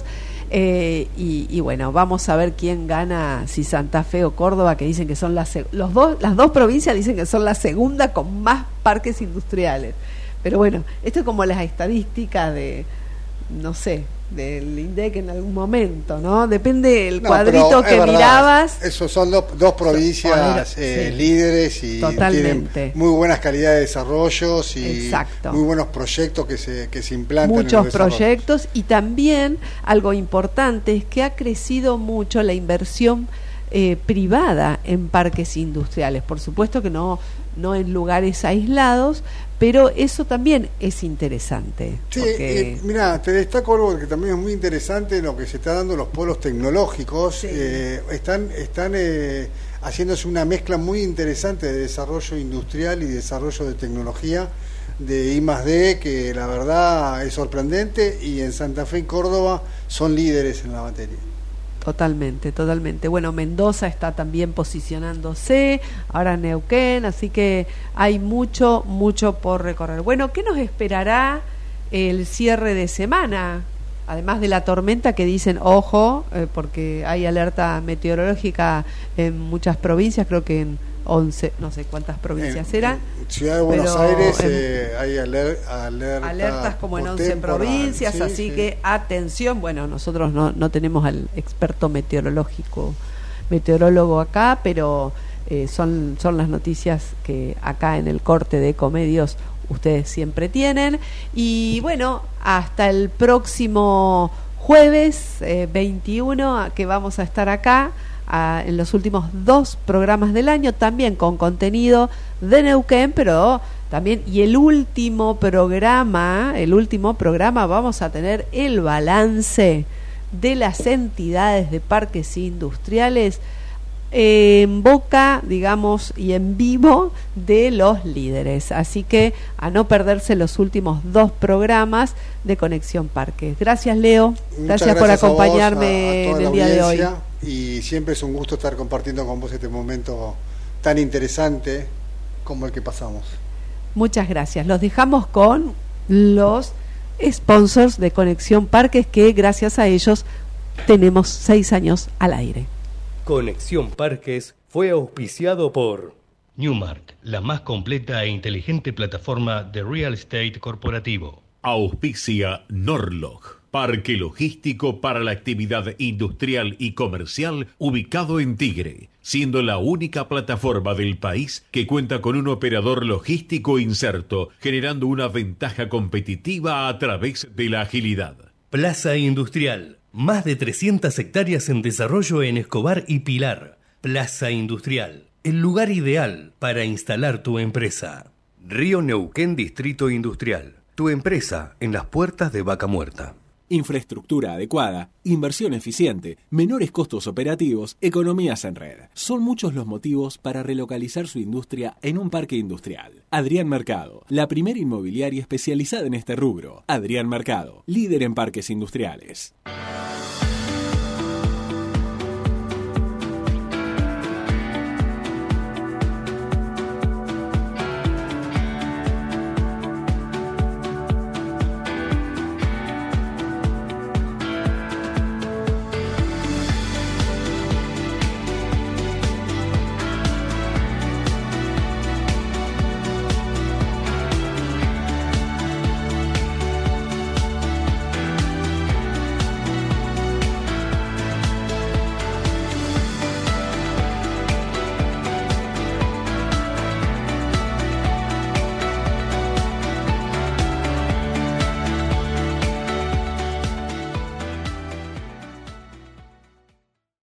eh, y, y bueno, vamos a ver quién gana, si Santa Fe o Córdoba, que dicen que son las los dos, las dos provincias dicen que son la segunda con más parques industriales. Pero bueno, esto es como las estadísticas de, no sé, del INDEC en algún momento, ¿no? Depende del no, cuadrito que verdad, mirabas. Esos son dos, dos provincias eh, sí, líderes y totalmente. Tienen muy buenas calidades de desarrollos y exacto. Muy buenos proyectos que se, que se implantan. Muchos en proyectos y también algo importante es que ha crecido mucho la inversión eh, privada en parques industriales. Por supuesto que no, no en lugares aislados, pero eso también es interesante. Sí, porque... eh, mira, te destaco algo que también es muy interesante, lo que se está dando en los polos tecnológicos. Sí. Eh, están están eh, haciéndose una mezcla muy interesante de desarrollo industrial y desarrollo de tecnología de I más D, que la verdad es sorprendente, y en Santa Fe y Córdoba son líderes en la materia. Totalmente, totalmente. Bueno, Mendoza está también posicionándose, ahora Neuquén, así que hay mucho, mucho por recorrer. Bueno, ¿qué nos esperará el cierre de semana? Además de la tormenta que dicen, ojo, eh, porque hay alerta meteorológica en muchas provincias, creo que en once, no sé cuántas provincias en, eran. En Ciudad de Buenos Aires en, eh, hay aler, alerta alertas como en once provincias, sí, así sí. que atención, bueno, nosotros no, no tenemos al experto meteorológico, meteorólogo acá, pero eh, son, son las noticias que acá en el corte de Ecomedios ustedes siempre tienen. Y bueno, hasta el próximo jueves eh, veintiuno, que vamos a estar acá A, en los últimos dos programas del año, también con contenido de Neuquén, pero también, y el último programa, el último programa vamos a tener el balance de las entidades de parques industriales eh, en boca, digamos, y en vivo de los líderes. Así que a no perderse los últimos dos programas de Conexión Parques. Gracias, Leo. Gracias, gracias por acompañarme vos, a, a en el día de hoy. Y siempre es un gusto estar compartiendo con vos este momento tan interesante como el que pasamos. Muchas gracias. Los dejamos con los sponsors de Conexión Parques, que gracias a ellos tenemos seis años al aire. Conexión Parques fue auspiciado por Newmark, la más completa e inteligente plataforma de real estate corporativo. Auspicia Norlog, parque logístico para la actividad industrial y comercial ubicado en Tigre, siendo la única plataforma del país que cuenta con un operador logístico inserto, generando una ventaja competitiva a través de la agilidad. Plaza Industrial, más de trescientas hectáreas en desarrollo en Escobar y Pilar. Plaza Industrial, el lugar ideal para instalar tu empresa. Río Neuquén Distrito Industrial, tu empresa en las puertas de Vaca Muerta. Infraestructura adecuada, inversión eficiente, menores costos operativos, economías en red. Son muchos los motivos para relocalizar su industria en un parque industrial. Adrián Mercado, la primera inmobiliaria especializada en este rubro. Adrián Mercado, líder en parques industriales.